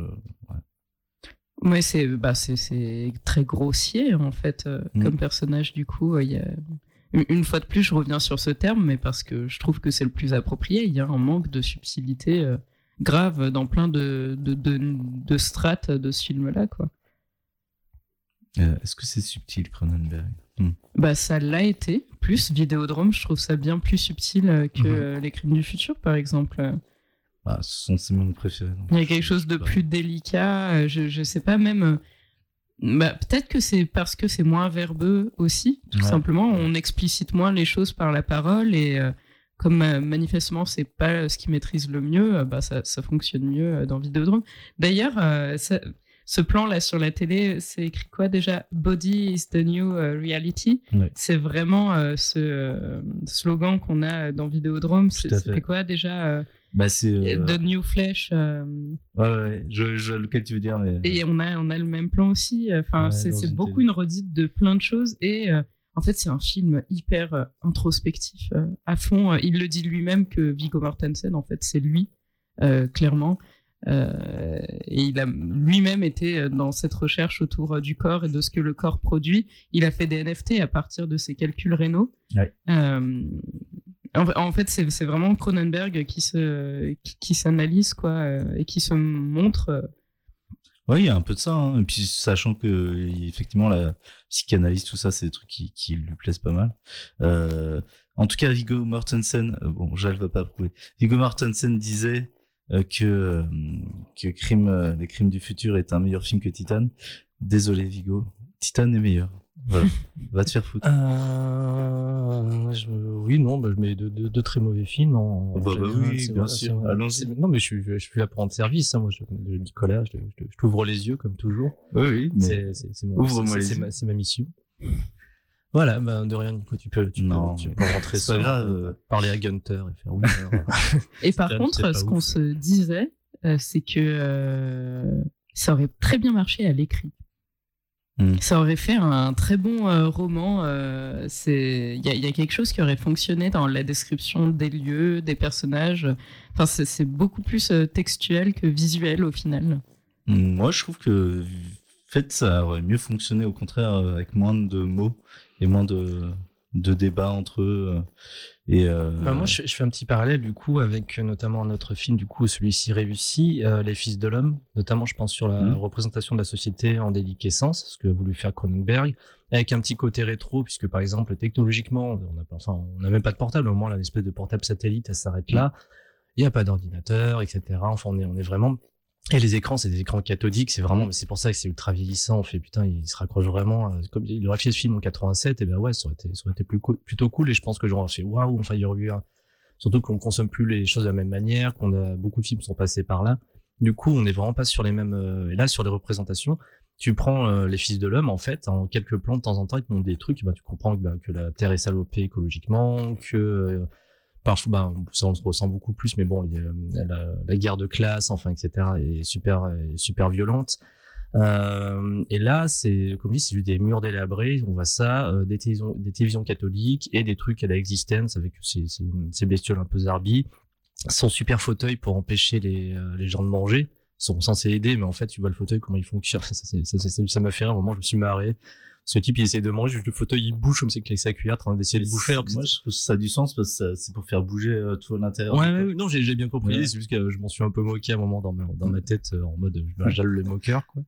Ouais, c'est très grossier en fait comme personnage. Du coup, il une fois de plus, je reviens sur ce terme, mais parce que je trouve que c'est le plus approprié. Il y a un manque de subtilité grave dans plein de strates de ce film-là, quoi. Est-ce que c'est subtil, Cronenberg? Bah, ça l'a été. Plus Vidéodrome, je trouve ça bien plus subtil que Les Crimes du Futur, par exemple. Ah, ce sont ses moments préférés. Il y a quelque chose de plus délicat. Je sais pas, même. Bah, peut-être que c'est parce que c'est moins verbeux aussi, tout simplement. On explicite moins les choses par la parole et comme manifestement c'est pas ce qui maîtrise le mieux, bah ça fonctionne mieux dans Vidéodrome. D'ailleurs, ce plan-là sur la télé, c'est écrit quoi déjà? Body is the new reality. Ouais. C'est vraiment ce slogan qu'on a dans Vidéodrome. C'était quoi déjà bah, c'est The New Flesh. Ouais, je lequel tu veux dire, mais. Et on a le même plan aussi. Enfin, Ouais, c'est beaucoup une redite de plein de choses. Et en fait, c'est un film hyper introspectif à fond. Il le dit lui-même que Viggo Mortensen, en fait, c'est lui, clairement. Et il a lui-même été dans cette recherche autour du corps et de ce que le corps produit. Il a fait des NFT à partir de ses calculs rénaux. Ouais. En fait, c'est vraiment Cronenberg qui s'analyse, quoi, et qui se montre. Oui, il y a un peu de ça, hein. Et puis sachant que effectivement la psychanalyse, tout ça, c'est des trucs qui lui plaisent pas mal. En tout cas, Viggo Mortensen, bon, Jal va pas prouver. Viggo Mortensen disait que Les Crimes du Futur est un meilleur film que Titan. Désolé, Viggo, Titan est meilleur. Voilà. Va te faire foutre. Oui, non, bah, je mets deux très mauvais films. Oui, bien sûr. Allons-y. Non, mais je suis là pour rendre service. Hein. Moi, Nicolas, je t'ouvre les yeux comme toujours. Oui, mais c'est ma mission. Voilà, bah, de rien, Nico, tu peux rentrer c'est pas grave. Parler à Gunther et faire oui. Et par contre, ce qu'on se disait, c'est que ça aurait très bien marché à l'écrit. Ça aurait fait un très bon roman. Il y a quelque chose qui aurait fonctionné dans la description des lieux, des personnages. Enfin, c'est beaucoup plus textuel que visuel au final. Moi, je trouve que en fait, ça aurait mieux fonctionné au contraire avec moins de mots et moins de débats entre eux. Moi, je fais un petit parallèle du coup avec notamment un autre film, du coup celui-ci réussi, Les Fils de l'Homme, notamment je pense sur la représentation de la société en déliquescence, ce que a voulu faire Cronenberg, avec un petit côté rétro, puisque par exemple technologiquement, on n'a même pas de portable, au moins l'espèce de portable satellite, elle s'arrête là, il n'y a pas d'ordinateur, etc. Enfin, on est vraiment... Et les écrans, c'est des écrans cathodiques, c'est pour ça que c'est ultra vieillissant. On fait putain, il se raccroche vraiment. Comme il aurait fait ce film en 87, et ben ouais, ça aurait été plutôt cool. Et je pense que j'aurais fait waouh. Enfin, il y aurait eu surtout qu'on consomme plus les choses de la même manière, beaucoup de films sont passés par là. Du coup, on n'est vraiment pas sur les mêmes. Et là, sur les représentations, tu prends Les Fils de l'Homme, en fait, en quelques plans de temps en temps, ils te montrent des trucs. Ben, tu comprends que la Terre est salopée écologiquement, que parfois, ça on se ressent beaucoup plus, mais bon, la guerre de classe, enfin, etc., est super violente. Et là, c'est, comme dit, c'est juste des murs délabrés, on voit ça, des télévisions catholiques et des trucs à la Existence avec ces bestioles un peu zarbies. Son super fauteuil pour empêcher les gens de manger. Ils sont censés aider, mais en fait, tu vois le fauteuil, comment il fonctionne. Ça m'a fait rire, à un moment, je me suis marré. Ce type, il essaie de manger, juste le fauteuil, il bouge comme c'est avec sa cuillère, en train d'essayer de bouffer. Moi, je trouve que ça a du sens parce que c'est pour faire bouger tout à l'intérieur. Ouais, non, j'ai bien compris. Ouais. C'est juste que je m'en suis un peu moqué à un moment dans ma tête, en mode, j'aime le moqueur, quoi.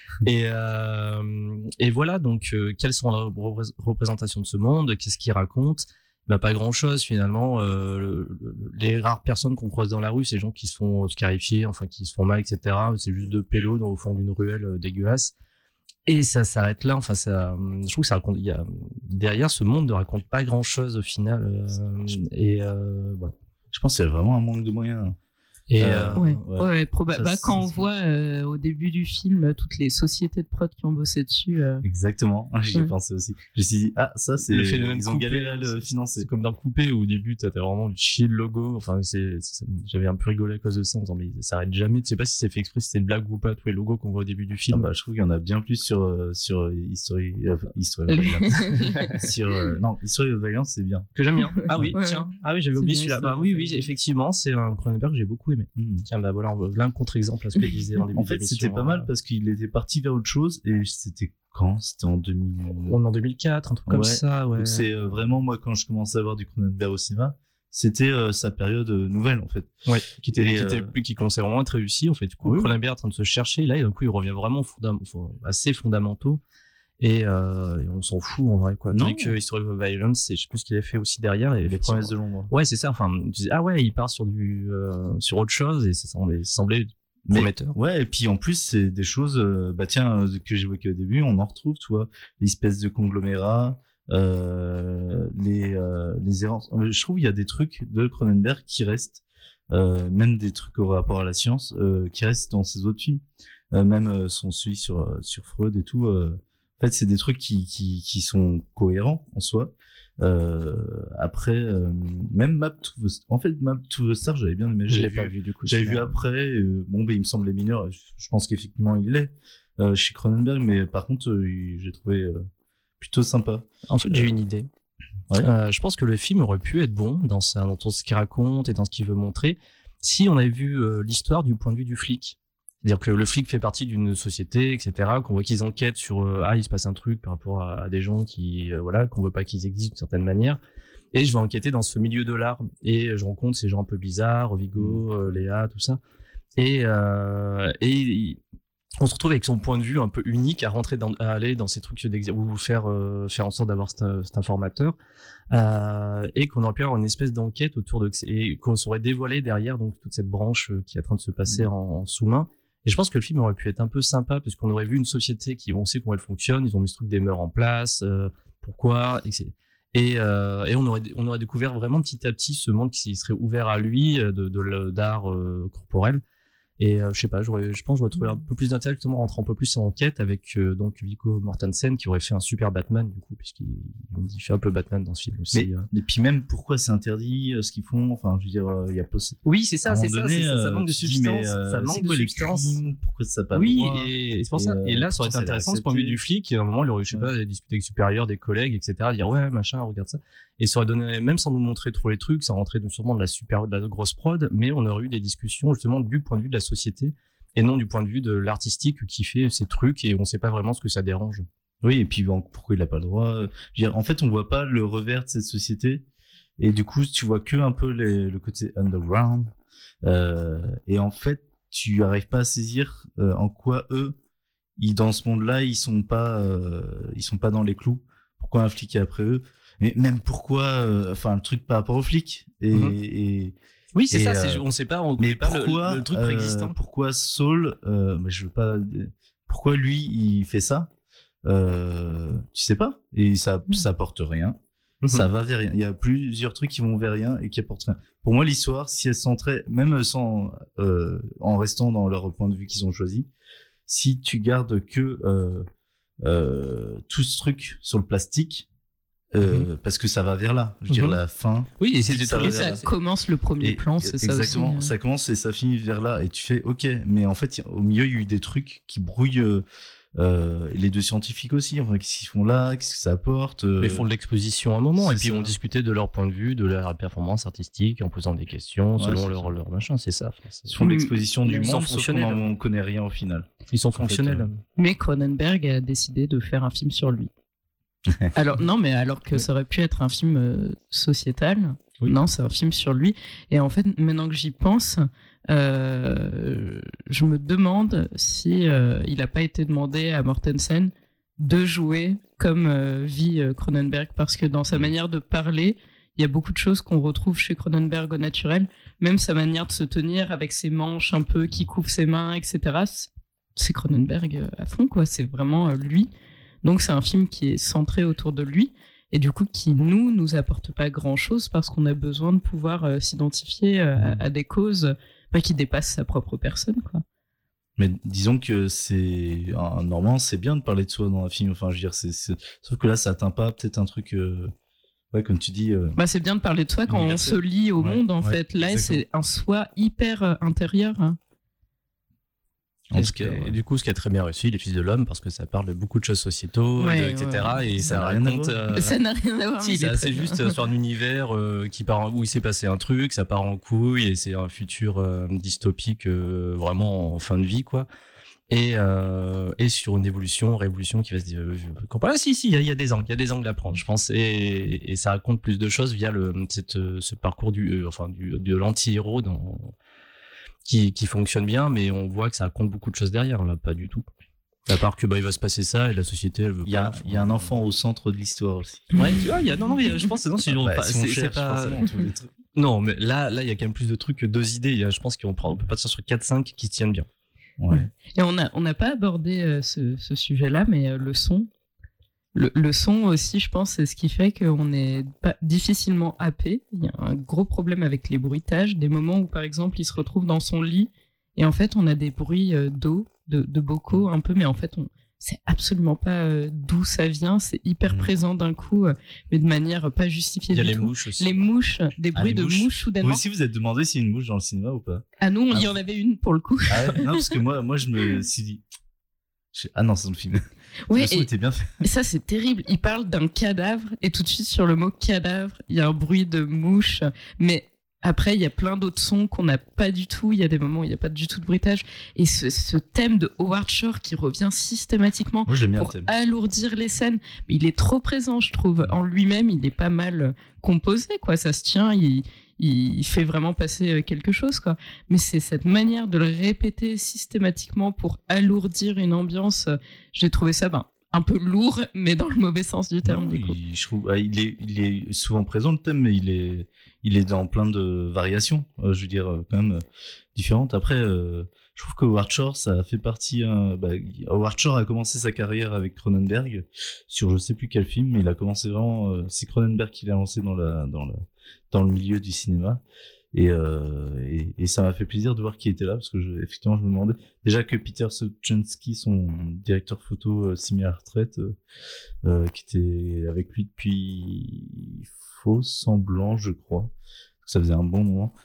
Et voilà, donc, quelles sont les représentations de ce monde? Qu'est-ce qu'il raconte? Bah, pas grand chose, finalement. Les rares personnes qu'on croise dans la rue, c'est les gens qui se font scarifier, enfin, qui se font mal, etc. C'est juste deux pélos au fond d'une ruelle dégueulasse. Et ça s'arrête là. Enfin, je trouve que ça raconte. Derrière ce monde ne raconte pas grand chose au final. Voilà. Je pense qu'il y a vraiment un manque de moyens. Quand on voit au début du film toutes les sociétés de prod qui ont bossé dessus. Exactement, j'y ai pensé aussi. Je me suis dit, ça c'est. Ils ont galéré à le financer. C'est comme dans Coupé où au début t'as vraiment chier le logo. Enfin, j'avais un peu rigolé à cause de ça en disant, mais ça s'arrête jamais. Tu sais pas si c'est fait exprès, si c'est une blague ou pas, tous les logos qu'on voit au début du film. Je trouve qu'il y en a bien plus sur History of Violence, c'est bien. Que j'aime bien. Ah oui, tiens. Ah oui, j'avais oublié celui-là. Bah oui, effectivement, c'est un Cronenberg que j'ai beaucoup aimé. Tiens, voilà, un contre-exemple à ce que je disais dans les En fait, c'était pas mal parce qu'il était parti vers autre chose et c'était quand c'était en 2000. On est en 2004, un truc comme Ouais. ça, ouais. Donc c'est vraiment moi quand je commençais à voir du Cronenberg au cinéma, c'était sa période nouvelle en fait. Ouais, qui commençait vraiment à être réussi, en fait. Du coup, Oui. Cronenberg est en train de se chercher, là, et d'un coup, il revient vraiment assez fondamentaux, et on s'en fout, en vrai, quoi. Non. Tandis que History of Violence, je sais plus ce qu'il avait fait aussi derrière, et Les promesses de l'ombre. Ouais, c'est ça, enfin, tu disais, ah ouais, il part sur sur autre chose, et ça semblait prometteur. Ouais, et puis en plus, c'est des choses, que j'évoquais au début, on en retrouve, tu vois, l'espèce de conglomérat, les errances. Je trouve il y a des trucs de Cronenberg qui restent, même des trucs au rapport à la science, qui restent dans ses autres films, même son celui sur Freud et tout. En fait, c'est des trucs qui sont cohérents en soi. Après, même Map to the Star, j'avais bien aimé. Je l'ai pas vu, du coup. J'avais vu après. Il me semblait mineur. Je pense qu'effectivement, il l'est chez Cronenberg, mais par contre, j'ai trouvé plutôt sympa. En fait, j'ai une idée. Ouais. Je pense que le film aurait pu être bon dans tout ce qu'il raconte et dans ce qu'il veut montrer si on avait vu l'histoire du point de vue du flic. C'est-à-dire que le flic fait partie d'une société, etc., qu'on voit qu'ils enquêtent sur il se passe un truc par rapport à des gens qu'on veut pas qu'ils existent d'une certaine manière. Et je vais enquêter dans ce milieu de l'art. Et je rencontre ces gens un peu bizarres, Vigo, Léa, tout ça. Et on se retrouve avec son point de vue un peu unique à aller dans ces trucs ou faire en sorte d'avoir cet informateur, et qu'on aurait pu avoir une espèce d'enquête autour et qu'on saurait dévoiler derrière donc toute cette branche qui est en train de se passer en sous-main. Et je pense que le film aurait pu être un peu sympa parce qu'on aurait vu une société on sait comment elle fonctionne, ils ont mis ce truc des mœurs en place, pourquoi, et on aurait découvert vraiment petit à petit ce monde qui serait ouvert à lui d'art corporel. Et je sais pas, je pense que j'aurais trouvé un peu plus d'intérêt justement rentrer un peu plus en enquête avec donc Viggo Mortensen qui aurait fait un super Batman du coup, puisqu'il fait un peu Batman dans ce film aussi. Et puis même pourquoi c'est interdit ce qu'ils font, enfin je veux dire il y a oui, c'est ça, ça manque de substance, ça manque de substance. Pourquoi ça pas oui, droit, et c'est pour ça. Et là, ça aurait été intéressant ce point de vue du flic. Et à un moment, il aurait, je sais pas, discuté avec supérieurs, des collègues, etc. Dire ouais, machin, regarde ça. Et ça aurait donné, même sans nous montrer trop les trucs, ça rentrait sûrement de la grosse prod, mais on aurait eu des discussions justement du point de vue de la société et non du point de vue de l'artistique qui fait ces trucs et on sait pas vraiment ce que ça dérange. Oui, et puis pourquoi il a pas le droit. Je veux dire, en fait, on voit pas le revers de cette société et du coup, tu vois que un peu le côté underground. Et en fait, tu arrives pas à saisir en quoi eux, dans ce monde-là, ils sont pas dans les clous. Pourquoi un flic est après eux? Mais même pourquoi, le truc par rapport aux flics. Oui, c'est ça. On sait pas. On connaît pas le truc préexistant. Pourquoi Saul je veux pas. Pourquoi lui il fait ça? Tu sais pas. Et ça apporte rien. Ça va vers rien. Il y a plusieurs trucs qui vont vers rien et qui apportent rien. Pour moi, l'histoire, si elle centrait, même sans, en restant dans leur point de vue qu'ils ont choisi, si tu gardes que tout ce truc sur le plastique, parce que ça va vers là. Je veux dire, la fin. Oui, et ça commence le premier plan, c'est ça aussi. Exactement, ça commence et ça finit vers là. Et tu fais, ok, mais en fait, au milieu, il y a eu des trucs qui brouillent les deux scientifiques aussi. Enfin, qu'est-ce qu'ils font là? Qu'est-ce que ça apporte? Ils font de l'exposition à un moment, et puis on discutait de leur point de vue, de leur performance artistique, en posant des questions selon leur machin, c'est ça. Ils font de l'exposition du monde, sauf qu'on connaît rien au final. Ils sont fonctionnels. Mais Cronenberg a décidé de faire un film sur lui. Alors que ça aurait pu être un film sociétal, non, c'est un film sur lui. Et en fait, maintenant que j'y pense, je me demande si il n'a pas été demandé à Mortensen de jouer comme vit Cronenberg, parce que dans sa manière de parler, il y a beaucoup de choses qu'on retrouve chez Cronenberg au naturel, même sa manière de se tenir avec ses manches un peu qui couvrent ses mains, etc. C'est Cronenberg à fond, quoi. C'est vraiment lui. Donc c'est un film qui est centré autour de lui et du coup qui nous apporte pas grand chose parce qu'on a besoin de pouvoir s'identifier à des causes qui dépassent sa propre personne, quoi. Mais disons que normalement c'est bien de parler de soi dans un film. Enfin, je veux dire, sauf que là ça atteint pas peut-être un truc. Comme tu dis. C'est bien de parler de soi quand on se lie au monde en fait. Là, exactement. C'est un soi hyper intérieur. Hein. Et du coup, ce qui a très bien réussi, Les Fils de l'Homme, parce que ça parle de beaucoup de choses sociétaux, etc. Et ça raconte. Ça n'a rien à voir. Si, c'est juste sur un univers où il s'est passé un truc, ça part en couille, et c'est un futur dystopique vraiment en fin de vie, quoi. et sur une révolution qui va se dire si il y a des angles à prendre, je pense, et ça raconte plus de choses via ce parcours de l'anti-héros qui fonctionne bien, mais on voit que ça raconte beaucoup de choses derrière, là pas du tout. À part que il va se passer ça et la société elle veut. Il y a un enfant au centre de l'histoire aussi. Ouais, tu vois, je pense que non, c'est pas. Non, mais là il y a quand même plus de trucs que 2 idées. Je pense qu'on peut partir sur 4-5 qui se tiennent bien. Ouais. Et on n'a pas abordé ce sujet-là, mais le son. Le son aussi, je pense, c'est ce qui fait qu'on est pas difficilement happé. Il y a un gros problème avec les bruitages, des moments où, par exemple, il se retrouve dans son lit et en fait, on a des bruits d'eau, de bocaux un peu, mais en fait, c'est absolument pas d'où ça vient. C'est hyper présent d'un coup, mais de manière pas justifiée. Il y a du les tout. mouches aussi. Les mouches, des bruits de mouches soudainement. Vous aussi, vous êtes demandé s'il y a une mouche dans le cinéma ou pas? Ah non, il y en avait une pour le coup. Ah ouais, non, parce que moi, je me suis dit. Ah non, c'est dans le film. Ouais, le son était bien fait. Et ça, c'est terrible. Il parle d'un cadavre et tout de suite, sur le mot cadavre, il y a un bruit de mouche. Mais après, il y a plein d'autres sons qu'on n'a pas du tout. Il y a des moments où il n'y a pas du tout de bruitage. Et ce thème de Howard Shore qui revient systématiquement pour alourdir les scènes, mais il est trop présent, je trouve. En lui-même, il est pas mal composé, quoi. Ça se tient, il fait vraiment passer quelque chose, quoi. Mais c'est cette manière de le répéter systématiquement pour alourdir une ambiance. J'ai trouvé ça un peu lourd, mais dans le mauvais sens du terme. Je trouve, il est souvent présent le thème, mais il est dans plein de variations. Je veux dire, quand même différentes. Après, je trouve que Howard Shore, ça fait partie. Howard Shore a commencé sa carrière avec Cronenberg sur je sais plus quel film, mais il a commencé vraiment. C'est Cronenberg qui l'a lancé dans le milieu du cinéma. Et ça m'a fait plaisir de voir qu'il était là, parce que effectivement, je me demandais déjà que Peter Sochensky, son directeur photo semi à la retraite, qui était avec lui depuis Faux Semblant, je crois. Ça faisait un bon moment.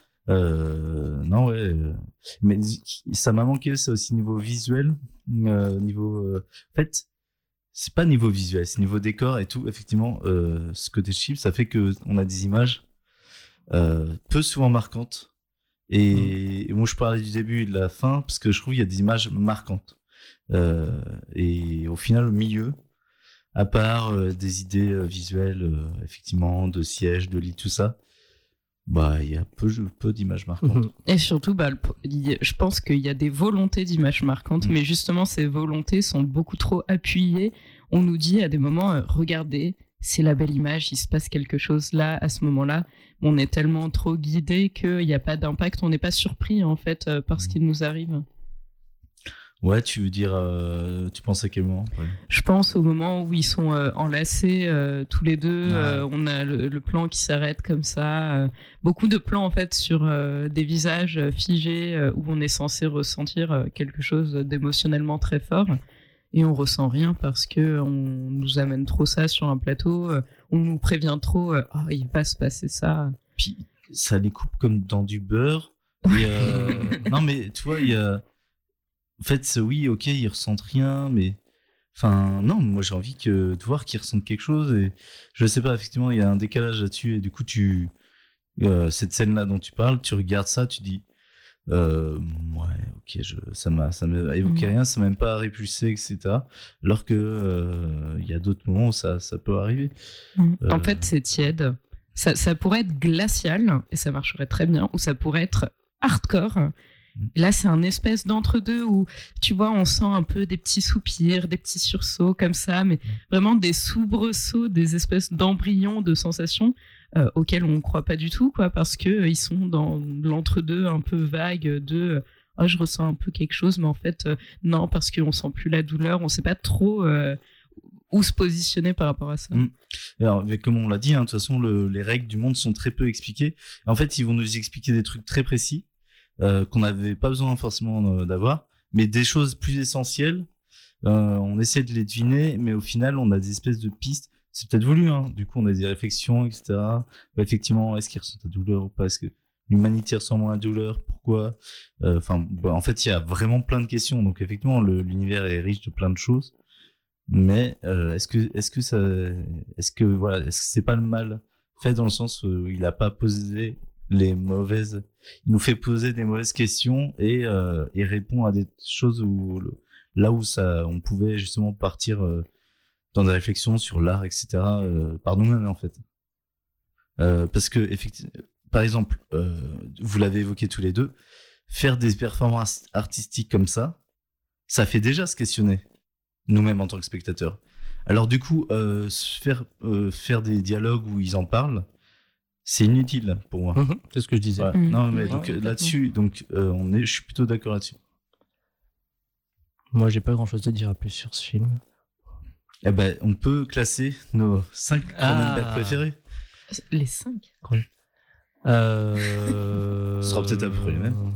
Mais ça m'a manqué, ça aussi niveau visuel, en fait, c'est pas niveau visuel, c'est niveau décor et tout. Effectivement, ce côté cheap, ça fait que on a des images peu souvent marquantes. Et moi, je parlais du début et de la fin parce que je trouve qu'il y a des images marquantes. Et au final, au milieu, à part des idées visuelles, effectivement, de sièges, de lits, tout ça, il y a peu d'images marquantes. Et surtout, je pense qu'il y a des volontés d'images marquantes, mais justement, ces volontés sont beaucoup trop appuyées. On nous dit à des moments, regardez, c'est la belle image, il se passe quelque chose là, à ce moment-là. On est tellement trop guidé qu'il n'y a pas d'impact, on n'est pas surpris en fait par ce qui nous arrive. Ouais, tu veux dire, tu penses à quel moment? Je pense au moment où ils sont enlacés tous les deux. On a le plan qui s'arrête comme ça. Beaucoup de plans en fait sur des visages figés où on est censé ressentir quelque chose d'émotionnellement très fort. Et on ressent rien parce que on nous amène trop ça sur un plateau, on nous prévient trop, il va se passer ça. Puis ça les coupe comme dans du beurre. Et, non mais tu vois, il y a, en fait, oui, ok, ils ressentent rien, mais enfin non, moi j'ai envie de voir qu'ils ressentent quelque chose. Et je sais pas, effectivement, il y a un décalage là-dessus. Et du coup, cette scène-là dont tu parles, tu regardes ça, tu dis. Ok, ça m'a évoqué rien, ça m'a même pas répulsé, etc. Alors que il y a d'autres moments où ça peut arriver. En fait, c'est tiède. Ça pourrait être glacial et ça marcherait très bien, ou ça pourrait être hardcore. Et là, c'est un espèce d'entre-deux où, tu vois, on sent un peu des petits soupirs, des petits sursauts comme ça, mais vraiment des soubresauts, des espèces d'embryons de sensations auxquels on ne croit pas du tout, quoi, parce que ils sont dans l'entre-deux un peu vague de je ressens un peu quelque chose, mais en fait non, parce qu'on sent plus la douleur, on sait pas trop où se positionner par rapport à ça. Alors, comme on l'a dit, de toute façon, les règles du monde sont très peu expliquées. En fait, ils vont nous expliquer des trucs très précis qu'on n'avait pas besoin forcément d'avoir, mais des choses plus essentielles, on essaie de les deviner, mais au final, on a des espèces de pistes. C'est peut-être voulu, du coup on a des réflexions, etc. Effectivement, est-ce qu'il ressent la douleur ou pas? Est-ce que l'humanité ressent moins la douleur? Pourquoi? En fait, il y a vraiment plein de questions. Donc effectivement, l'univers est riche de plein de choses. Mais est-ce que c'est pas le mal fait dans le sens où il a pas posé il nous fait poser des mauvaises questions et répond à des choses où là où on pouvait justement partir dans des réflexions sur l'art, etc. Par nous-mêmes en fait. Parce que effectivement, par exemple, vous l'avez évoqué tous les deux, faire des performances artistiques comme ça fait déjà se questionner nous-mêmes en tant que spectateurs. Alors du coup, faire des dialogues où ils en parlent, c'est inutile pour moi. C'est ce que je disais. Ouais. Non, mais donc là-dessus, je suis plutôt d'accord là-dessus. Moi, j'ai pas grand-chose à dire à plus sur ce film. Eh ben, on peut classer nos 5 Cronenberg préférés. Les 5 Ce sera peut-être à peu près les mêmes.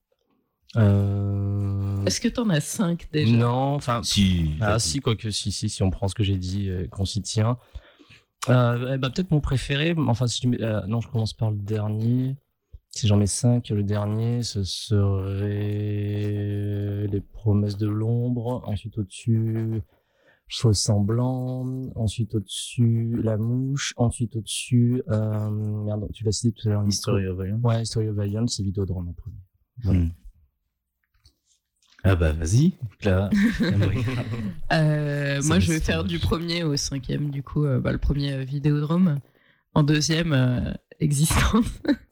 Est-ce que t'en as 5 déjà? Non, enfin... Si, quoique si on prend ce que j'ai dit, qu'on s'y tient. Peut-être mon préféré, enfin, si je commence par le dernier. Si j'en mets 5, le dernier, ce serait Les Promesses de l'ombre. Ensuite, au-dessus, Faux semblant. Ensuite, au-dessus, La mouche. Ensuite, au-dessus, merde, tu l'as cité tout à l'heure. History of Violence. Ouais, History of Violence, c'est Vidéodrome en premier. Voilà. Ah bah vas-y, Clara. Moi, je vais faire du premier au 5e, du coup, le premier Vidéodrome. En deuxième, Existence.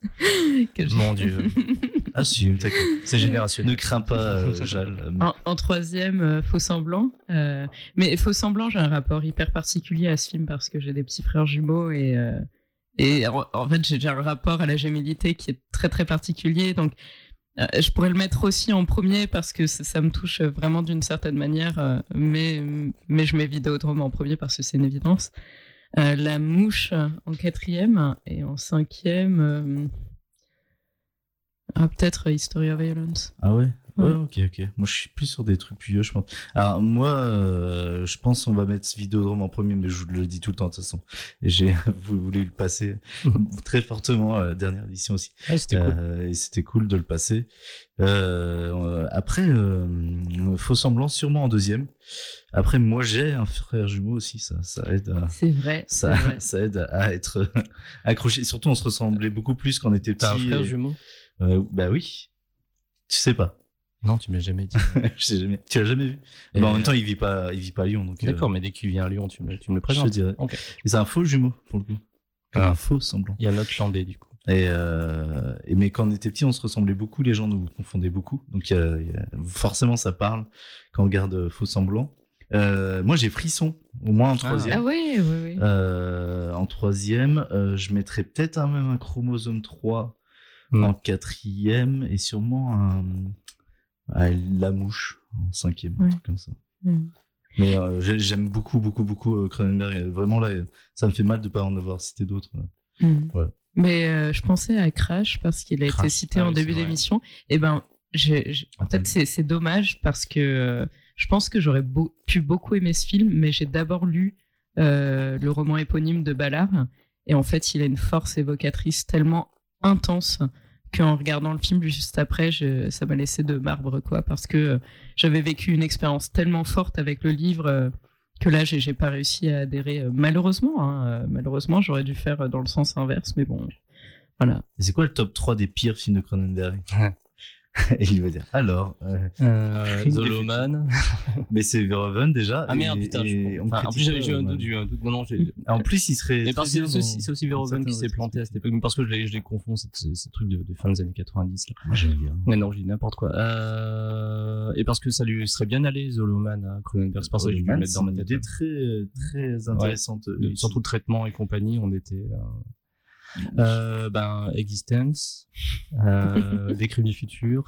Mon Dieu. Assume, t'inquiète. C'est générationnel. Ne crains pas, Jal. En troisième, Faux semblant. Mais Faux semblant, j'ai un rapport hyper particulier à ce film parce que j'ai des petits frères jumeaux et en fait, j'ai un rapport à la gémellité qui est très très particulier. Donc, je pourrais le mettre aussi en premier parce que ça me touche vraiment d'une certaine manière, mais je mets Vidéodrome en premier parce que c'est une évidence. La mouche en 4e et en 5e, peut-être History of Violence. Ah ouais? Ouais, ok. Moi, je suis plus sur des trucs plus vieux, je pense. Alors, moi, je pense qu'on va mettre Vidéodrome en premier, mais je vous le dis tout le temps, de toute façon. Et j'ai voulu le passer très fortement à la dernière édition aussi. Ouais, c'était cool. Et c'était cool de le passer. Après, Faux semblant, sûrement en deuxième. Après, moi, j'ai un frère jumeau aussi, ça aide à... C'est vrai. Ça aide à être accroché. Surtout, on se ressemblait beaucoup plus quand on était petits. T'as un frère jumeau? Bah oui. Tu sais pas. Non, tu m'as jamais dit. Je sais jamais. Tu l'as jamais vu. En même temps, il vit pas à Lyon, donc. D'accord, mais dès qu'il vient à Lyon, tu me le présentes. Je te dirais. Okay. Et c'est un faux jumeau pour le coup. Un faux semblant. Il y a notre Landais du coup. Mais quand on était petit, on se ressemblait beaucoup. Les gens nous confondaient beaucoup. Donc forcément, ça parle quand on regarde Faux semblant. Moi, j'ai Frisson, au moins en troisième. Ah oui. En troisième, je mettrais peut-être même un Chromosome 3 en quatrième et sûrement La mouche en 5e, un truc comme ça. Mais j'aime beaucoup Cronenberg. Vraiment là, ça me fait mal de pas en avoir cité d'autres. Ouais. Mais je pensais à Crash parce qu'il a été cité en début d'émission. Et en fait, c'est dommage parce que je pense que j'aurais pu beaucoup aimer ce film, mais j'ai d'abord lu le roman éponyme de Ballard. Et en fait, il a une force évocatrice tellement intense qu'en regardant le film juste après, ça m'a laissé de marbre, quoi, parce que j'avais vécu une expérience tellement forte avec le livre que là, j'ai pas réussi à adhérer. Malheureusement, j'aurais dû faire dans le sens inverse, mais bon, voilà. Et c'est quoi le top 3 des pires films de Cronenberg? Et il va dire alors Zoloman. Mais c'est Verhoeven déjà. Ah merde, putain. En plus, j'ai un doute. En plus, il serait. Mais parce que c'est aussi Verhoeven qui s'est planté à cette époque. Parce que je les confonds, ces trucs de fin des années 90. Là. Moi, j'aime bien. Mais non, je dis n'importe quoi. Et parce que ça lui serait bien allé, Zoloman, à Cronenberg. C'est pour ça que je vais le mettre dans ma tête. C'était très intéressante. Surtout le traitement et compagnie, on était. Existence, Des Crimes du futur.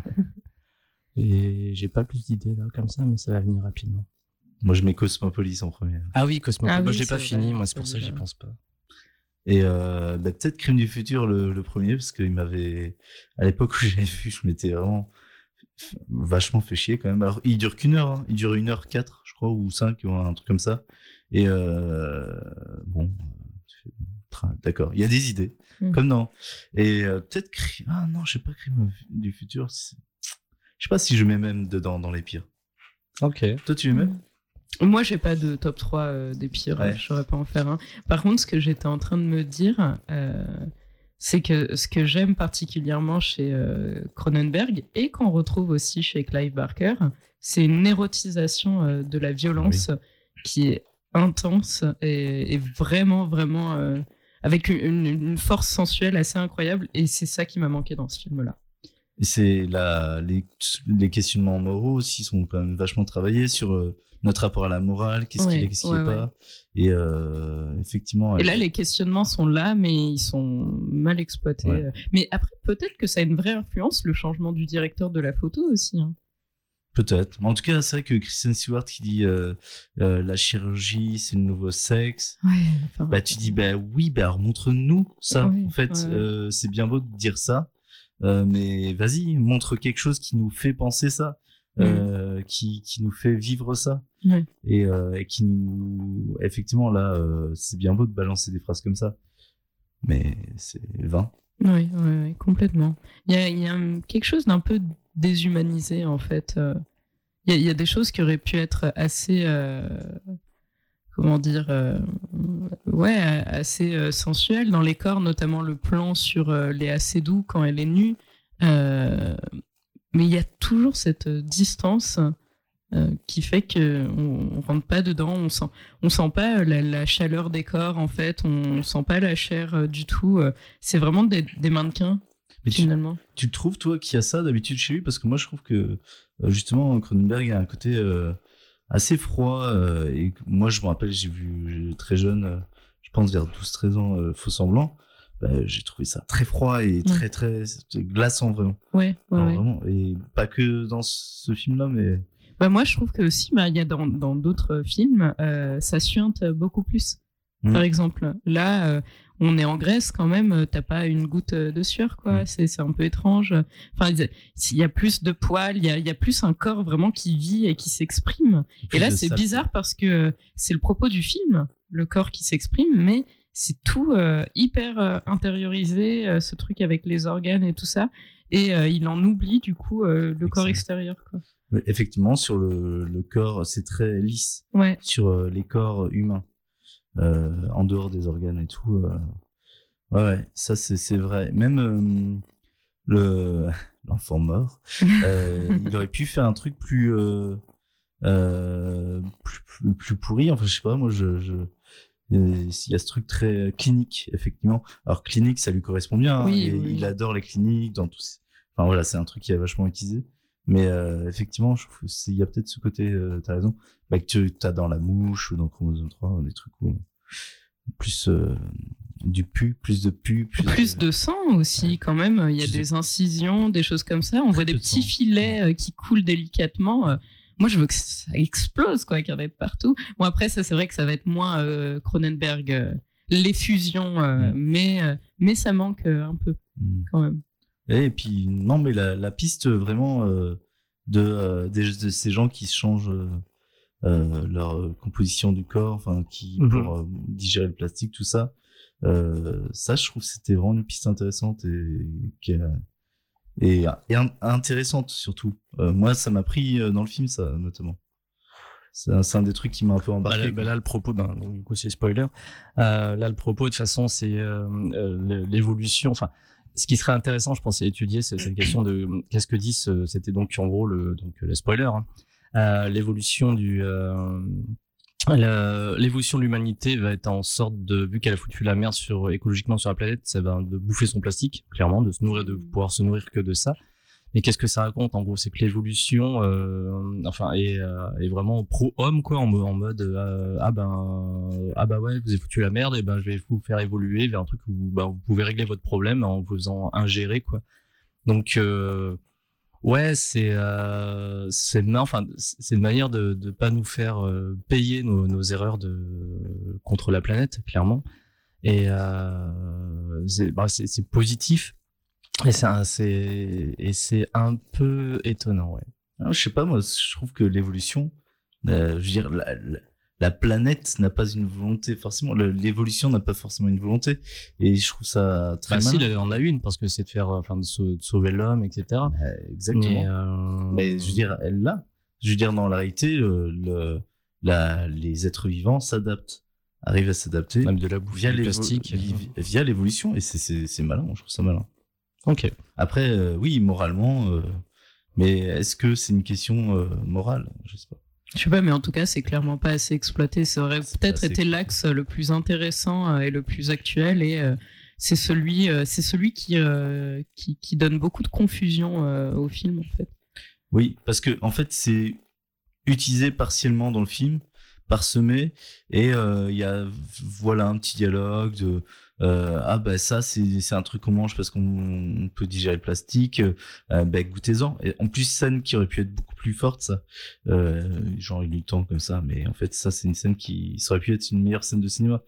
Et j'ai pas plus d'idées là comme ça, mais ça va venir rapidement. Moi, je mets Cosmopolis en premier. Ah oui, Cosmopolis. Moi, je l'ai pas vrai. fini, moi, c'est pour ça que j'y pense pas. Et peut-être Crime du futur le premier, parce qu'il m'avait, à l'époque où j'avais vu, je m'étais vraiment vachement fait chier quand même. Alors, il dure qu'une heure, il dure 1h04, je crois, ou 5, ou un truc comme ça. Et bon. D'accord, il y a des idées, comme non. Et peut-être ah non, je sais pas, Crime du futur. Je sais pas si je mets même dedans dans les pires. Ok. Toi, tu les mets? Moi, j'ai pas de top 3 des pires. Je saurais pas en faire un. Par contre, ce que j'étais en train de me dire, c'est que ce que j'aime particulièrement chez Cronenberg et qu'on retrouve aussi chez Clive Barker, c'est une érotisation de la violence qui est intense et vraiment, vraiment avec une force sensuelle assez incroyable. Et c'est ça qui m'a manqué dans ce film-là. Et c'est les questionnements moraux aussi sont quand même vachement travaillés sur notre rapport à la morale, qu'est-ce qu'il est, qu'est-ce qu'il n'y a pas. Et effectivement. Et là, les questionnements sont là, mais ils sont mal exploités. Ouais. Mais après, peut-être que ça a une vraie influence, le changement du directeur de la photo aussi. Hein. Peut-être. En tout cas, c'est vrai que Kristen Stewart qui dit la chirurgie, c'est le nouveau sexe. Ouais, enfin, bah, tu dis, bah oui, bah alors montre-nous ça. Ouais, en fait, c'est bien beau de dire ça. Mais vas-y, montre quelque chose qui nous fait penser ça, qui nous fait vivre ça, et qui nous, effectivement là, c'est bien beau de balancer des phrases comme ça, mais c'est vain. Oui, complètement. Il y a quelque chose d'un peu déshumanisé en fait. Il y a des choses qui auraient pu être assez comment dire, assez sensuelle dans les corps, notamment le plan sur Léa Seydoux quand elle est nue. Mais il y a toujours cette distance qui fait qu'on rentre pas dedans, on sent pas la chaleur des corps en fait, on sent pas la chair du tout. C'est vraiment des mannequins. Mais finalement. Tu trouves toi qu'il y a ça d'habitude chez lui? Parce que moi je trouve que justement Cronenberg a un côté assez froid, et moi je me rappelle, j'ai vu très jeune, je pense vers 12-13 ans, Faux Semblant, j'ai trouvé ça très froid et très très glaçant vraiment. Vraiment, et pas que dans ce film là, mais moi je trouve que aussi il y a dans d'autres films ça suinte beaucoup plus. Par exemple là on est en Grèce quand même, t'as pas une goutte de sueur quoi, c'est un peu étrange. Enfin il y a plus de poils, il y a plus un corps vraiment qui vit et qui s'exprime. Et là c'est bizarre parce que c'est le propos du film, le corps qui s'exprime, mais c'est tout hyper intériorisé, ce truc avec les organes et tout ça, et il en oublie du coup le corps extérieur quoi. Effectivement, sur le corps c'est très lisse, sur les corps humains. En dehors des organes et tout, ça c'est vrai. Même l'enfant mort, il aurait pu faire un truc plus pourri. Enfin, je sais pas, moi il y a ce truc très clinique, effectivement. Alors clinique, ça lui correspond bien. Hein, il adore les cliniques dans tous. Enfin voilà, c'est un truc qui est vachement utilisé. Mais effectivement, je trouve qu'il y a peut-être ce côté, t'as raison, que tu as dans La Mouche ou dans Chromosome 3, des trucs où plus du pu, plus de pu, plus de sang aussi quand même. Il y a des incisions, des choses comme ça. On voit des petits filets qui coulent délicatement. Moi, je veux que ça explose, quoi, qu'il y en ait partout. Bon, après, ça, c'est vrai que ça va être moins Cronenberg, l'effusion, mais ça manque un peu quand même. Et puis non, mais la piste vraiment de ces gens qui changent leur composition du corps, enfin qui pour digérer le plastique, tout ça, ça je trouve que c'était vraiment une piste intéressante et intéressante surtout. Moi, ça m'a pris dans le film, ça notamment. C'est un des trucs qui m'a un peu embarqué. Là, le propos, donc, du coup, c'est spoiler. Là, le propos, de toute façon, c'est l'évolution. Enfin, ce qui serait intéressant, je pense, à étudier, c'est cette question de qu'est-ce que disent. C'était donc en gros le spoiler. L'évolution l'évolution de l'humanité va être en sorte vu qu'elle a foutu la merde écologiquement sur la planète, ça va de bouffer son plastique, clairement, de pouvoir se nourrir que de ça. Mais qu'est-ce que ça raconte en gros? C'est que l'évolution est vraiment pro-homme quoi, en mode ouais, vous avez foutu la merde, et je vais vous faire évoluer vers un truc où vous pouvez régler votre problème en vous faisant ingérer quoi. Donc c'est une manière de pas nous faire payer nos erreurs contre la planète, clairement. Et c'est positif. Et c'est un peu étonnant, ouais. Alors, je sais pas, moi, je trouve que l'évolution, je veux dire, la planète n'a pas une volonté, forcément. L'évolution n'a pas forcément une volonté. Et je trouve ça très malin. Si, elle en a une, parce que c'est de faire, de sauver l'homme, etc. Exactement. Mais je veux dire, elle l'a. Je veux dire, dans la réalité, les êtres vivants s'adaptent. arrive à s'adapter Même de la bouffe, via du plastique. via l'évolution, et c'est malin, je trouve ça malin. Ok. Après, oui, moralement, mais est-ce que c'est une question morale? Je sais pas. Je sais pas, mais en tout cas, c'est clairement pas assez exploité. Ça aurait C'est peut-être pas assez été l'axe le plus intéressant et le plus actuel, et c'est celui qui donne beaucoup de confusion au film, en fait. Oui, parce que en fait, c'est utilisé partiellement dans le film, parsemé, et il y a voilà un petit dialogue de ah bah ça c'est un truc qu'on mange parce qu'on peut digérer le plastique, bah goûtez-en. Et en plus, scène qui aurait pu être beaucoup plus forte, ça, genre il y a eu le temps comme ça, mais en fait ça c'est une scène qui ça aurait pu être une meilleure scène de cinéma,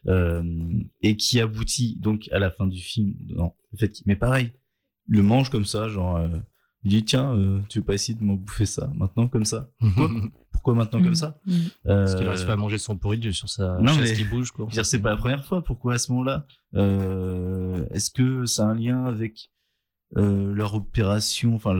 et qui aboutit donc à la fin du film. Non, en fait, mais pareil, il le mange comme ça, genre il dit tiens, tu veux pas essayer de m'en bouffer ça maintenant comme ça? Pourquoi maintenant comme ça? Parce qu'il n'arrive pas à manger son pourriture sur sa non, chaise mais qui bouge, quoi. je veux dire, c'est pas la première fois. Pourquoi à ce moment-là? Est-ce que ça a un lien avec leur opération, enfin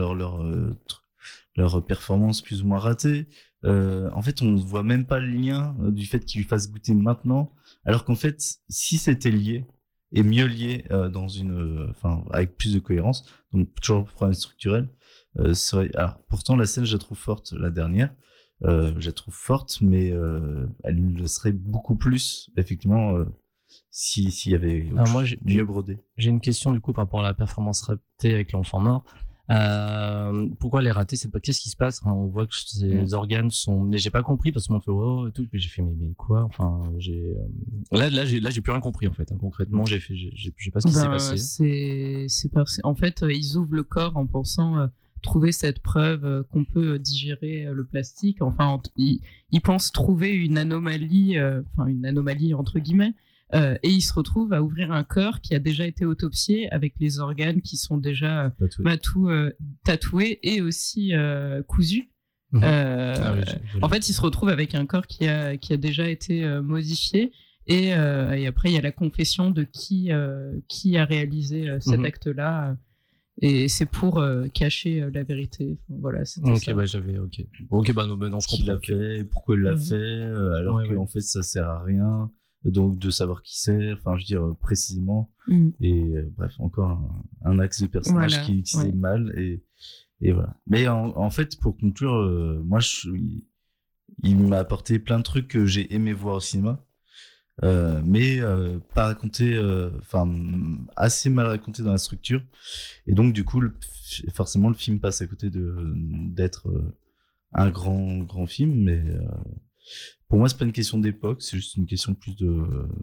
leur performance plus ou moins ratée? En fait, on voit même pas le lien du fait qu'il lui fasse goûter maintenant, alors qu'en fait, si c'était lié et mieux lié dans une, enfin avec plus de cohérence, donc toujours problème structurel, serait. Alors pourtant la scène, je la trouve forte, la dernière. Je la trouve forte, mais elle le serait beaucoup plus, effectivement, s'il y avait moi, mieux brodé. J'ai une question du coup par rapport à la performance ratée avec l'enfant mort. Pourquoi elle est ratée? C'est pas qu'est-ce qui se passe? On voit que ses organes sont. Mais j'ai pas compris parce qu'on fait oh et tout. Puis j'ai fait mais quoi? Enfin là j'ai plus rien compris en fait. Concrètement j'ai pas ce qui s'est passé. En fait ils ouvrent le corps en pensant trouver cette preuve qu'on peut digérer le plastique. Enfin, ils pensent trouver une anomalie entre guillemets, et ils se retrouvent à ouvrir un corps qui a déjà été autopsié avec les organes qui sont déjà tatoués et aussi cousus. En fait, ils se retrouvent avec un corps qui a déjà été modifié. Et après, il y a la confession de qui a réalisé cet acte-là. Et c'est pour cacher la vérité. Enfin, voilà, c'était ça. Bah j'avais ok bah non, je comprends. Qui l'a fait, pourquoi il l'a fait, alors qu'en fait ça sert à rien. Donc de savoir qui c'est, enfin je veux dire précisément. Et bref, encore un axe de personnage qui est utilisé mal, et voilà. Mais en fait, pour conclure, moi il m'a apporté plein de trucs que j'ai aimé voir au cinéma. Mais pas raconté, enfin assez mal raconté dans la structure, et donc du coup forcément le film passe à côté d'être un grand film, mais pour moi c'est pas une question d'époque, c'est juste une question plus de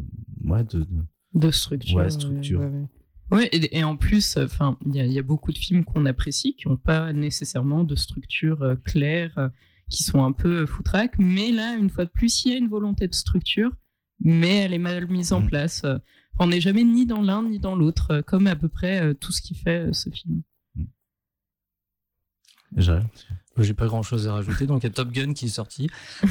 structure. Ouais, structure. Ouais, et en plus, enfin il y a beaucoup de films qu'on apprécie qui ont pas nécessairement de structure claire, qui sont un peu foutraques, mais là une fois de plus il y a une volonté de structure, mais elle est mal mise en place. On n'est jamais ni dans l'un ni dans l'autre, comme à peu près tout ce qui fait ce film. J'ai pas grand chose à rajouter, donc il y a Top Gun qui est sorti.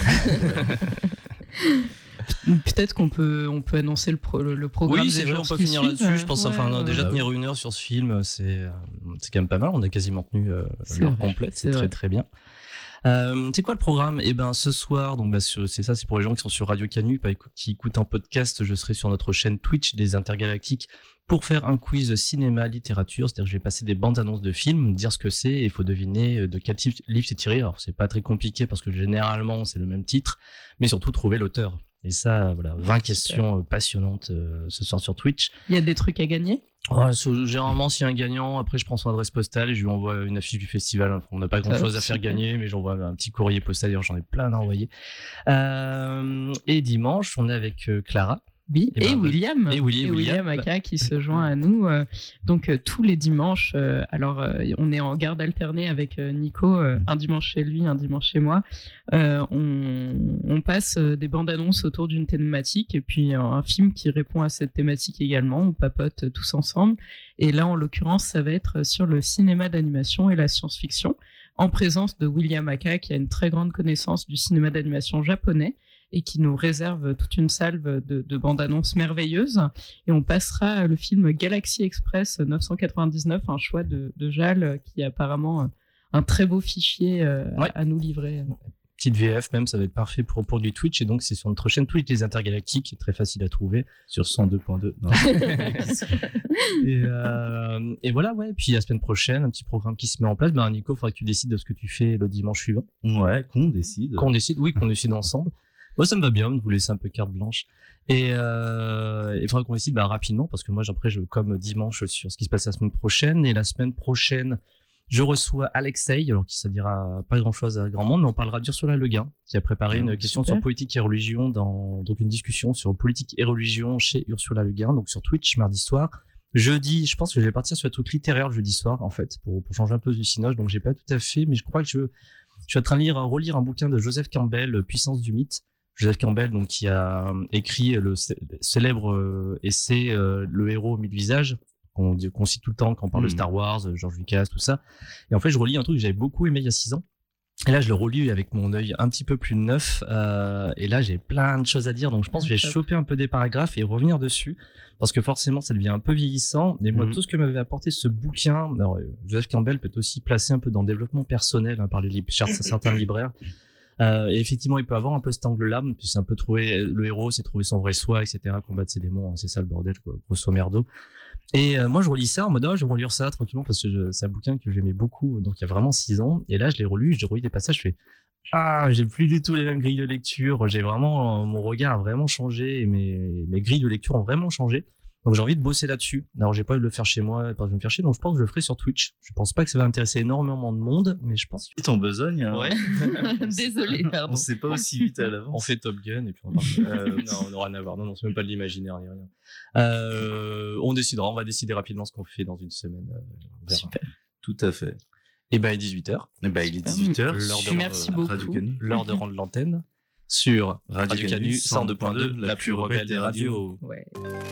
Peut-être qu'on peut annoncer le programme. Oui, c'est vrai, on peut finir là-dessus. Je pense, tenir une heure sur ce film, c'est quand même pas mal. On a quasiment tenu l'heure complète, c'est très très bien. C'est quoi le programme? Ce soir, donc c'est pour les gens qui sont sur Radio Canu, qui écoutent un podcast. Je serai sur notre chaîne Twitch des Intergalactiques pour faire un quiz cinéma littérature. C'est-à-dire que je vais passer des bandes annonces de films, dire ce que c'est, et il faut deviner de quel livre c'est tiré. Alors c'est pas très compliqué parce que généralement c'est le même titre, mais surtout trouver l'auteur. Et ça, voilà, 20 questions passionnantes ce soir sur Twitch. Il y a des trucs à gagner? Généralement, s'il y a un gagnant, après je prends son adresse postale et je lui envoie une affiche du festival. Enfin, on n'a pas grand-chose à faire gagner, mais j'envoie un petit courrier postal. D'ailleurs, j'en ai plein à envoyer. Et dimanche, on est avec Clara. Oui, et William Aka qui se joint à nous. Donc tous les dimanches, on est en garde alternée avec Nico, un dimanche chez lui, un dimanche chez moi. On passe des bandes annonces autour d'une thématique et puis un film qui répond à cette thématique également. On papote tous ensemble. Et là, en l'occurrence, ça va être sur le cinéma d'animation et la science-fiction, en présence de William Aka, qui a une très grande connaissance du cinéma d'animation japonais et qui nous réserve toute une salve de bandes annonces merveilleuses. Et on passera le film Galaxy Express 999, un choix de Jal, qui a apparemment un très beau fichier à nous livrer. petite VF même, ça va être parfait pour du Twitch. Et donc, c'est sur notre chaîne Twitch des Intergalactiques, qui est très facile à trouver. Sur 102.2. Non. Et voilà, ouais. Puis la semaine prochaine, un petit programme qui se met en place. Ben, Nico, il faudra que tu décides de ce que tu fais le dimanche suivant. Ouais, qu'on décide. Qu'on décide ensemble. Moi, ça me va bien de vous laisser un peu carte blanche. Et il faudra qu'on décide rapidement, parce que moi, après, je comme dimanche sur ce qui se passe la semaine prochaine. Et la semaine prochaine, je reçois Alexei, alors qui ça dira pas grand-chose à grand monde, mais on parlera d'Ursula Le Guin, qui a préparé une question sur politique et religion, donc une discussion sur politique et religion chez Ursula Le Guin, donc sur Twitch, mardi soir. Jeudi, je pense que je vais partir sur un truc littéraire le jeudi soir, en fait, pour changer un peu du cinoche, donc j'ai pas tout à fait, mais je crois que je suis en train de relire un bouquin de Joseph Campbell, Puissance du mythe. Joseph Campbell, donc, qui a écrit le célèbre essai Le héros aux mille visages, qu'on cite tout le temps quand on parle de Star Wars, George Lucas, tout ça. Et en fait, je relis un truc que j'avais beaucoup aimé il y a 6 ans. Et là, je le relis avec mon œil un petit peu plus neuf. Et là, j'ai plein de choses à dire. Donc, je pense que je vais choper un peu des paragraphes et revenir dessus. Parce que forcément, ça devient un peu vieillissant. Mais moi, tout ce que m'avait apporté ce bouquin, alors, Joseph Campbell peut être aussi placé un peu dans le développement personnel par certains libraires. Et effectivement, il peut avoir un peu cet angle-là, puis c'est un peu trouver le héros, c'est trouver son vrai soi, etc., combattre ses démons, c'est ça le bordel, quoi, grosso merdo. Et moi, je relis ça en mode, je vais relire ça tranquillement parce que c'est un bouquin que j'aimais beaucoup, donc il y a vraiment 6 ans. Et là, j'ai relu des passages, je fais, j'ai plus du tout les mêmes grilles de lecture. J'ai vraiment, mon regard a vraiment changé et mes grilles de lecture ont vraiment changé. Donc j'ai envie de bosser là-dessus. Alors j'ai pas envie de le faire chez moi, pas de me faire chier, donc je pense que je le ferai sur Twitch. Je pense pas que ça va intéresser énormément de monde, mais je pense. Ton besogne. Hein. Ouais. Désolé, pardon. On sait pas aussi vite à l'avance. On fait Top Gun et puis on part. Non, on n'aura rien à voir. Non, c'est même pas de l'imaginaire ni rien. On va décider rapidement ce qu'on fait dans une semaine. Super. Tout à fait. Et ben, il est 18h. Et ben, il est 18h. Merci beaucoup. L'heure de rendre l'antenne sur Radio Canu 102.2, la plus rebelle des radios. Ouais.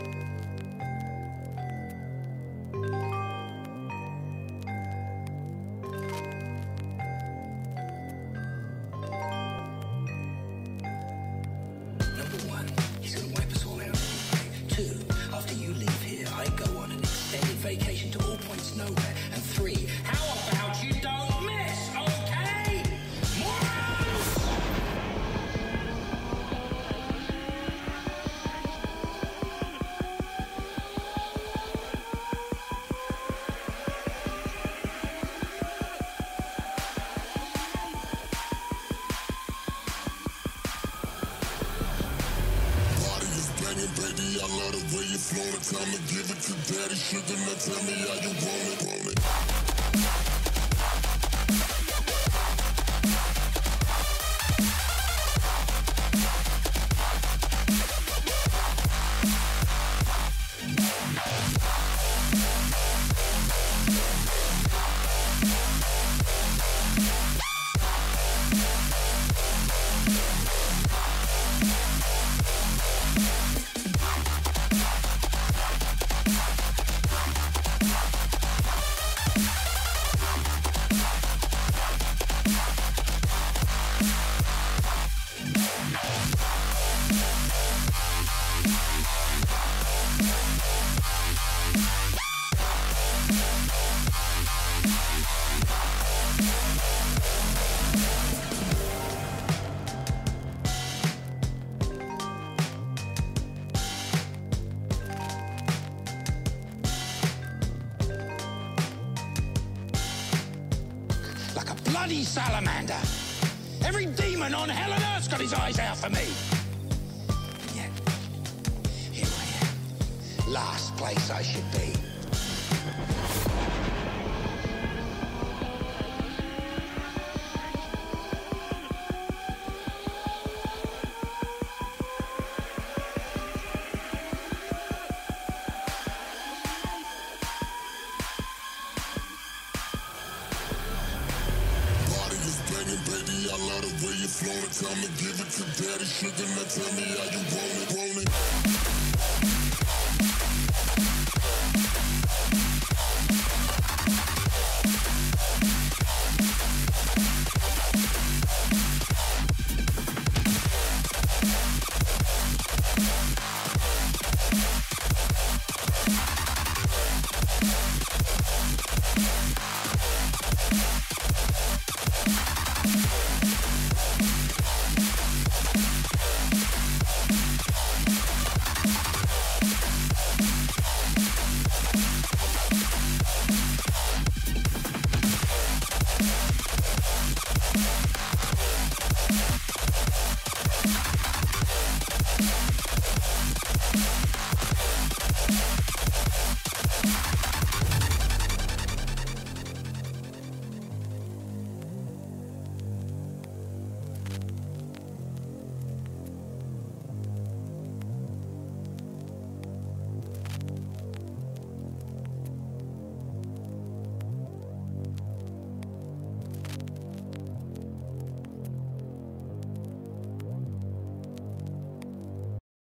bloody salamander. Every demon on hell and earth's got his eyes out for me. And yet, here I am. Last place I should be. Tell me, give it to daddy, sugar, now tell me how you want it, want it.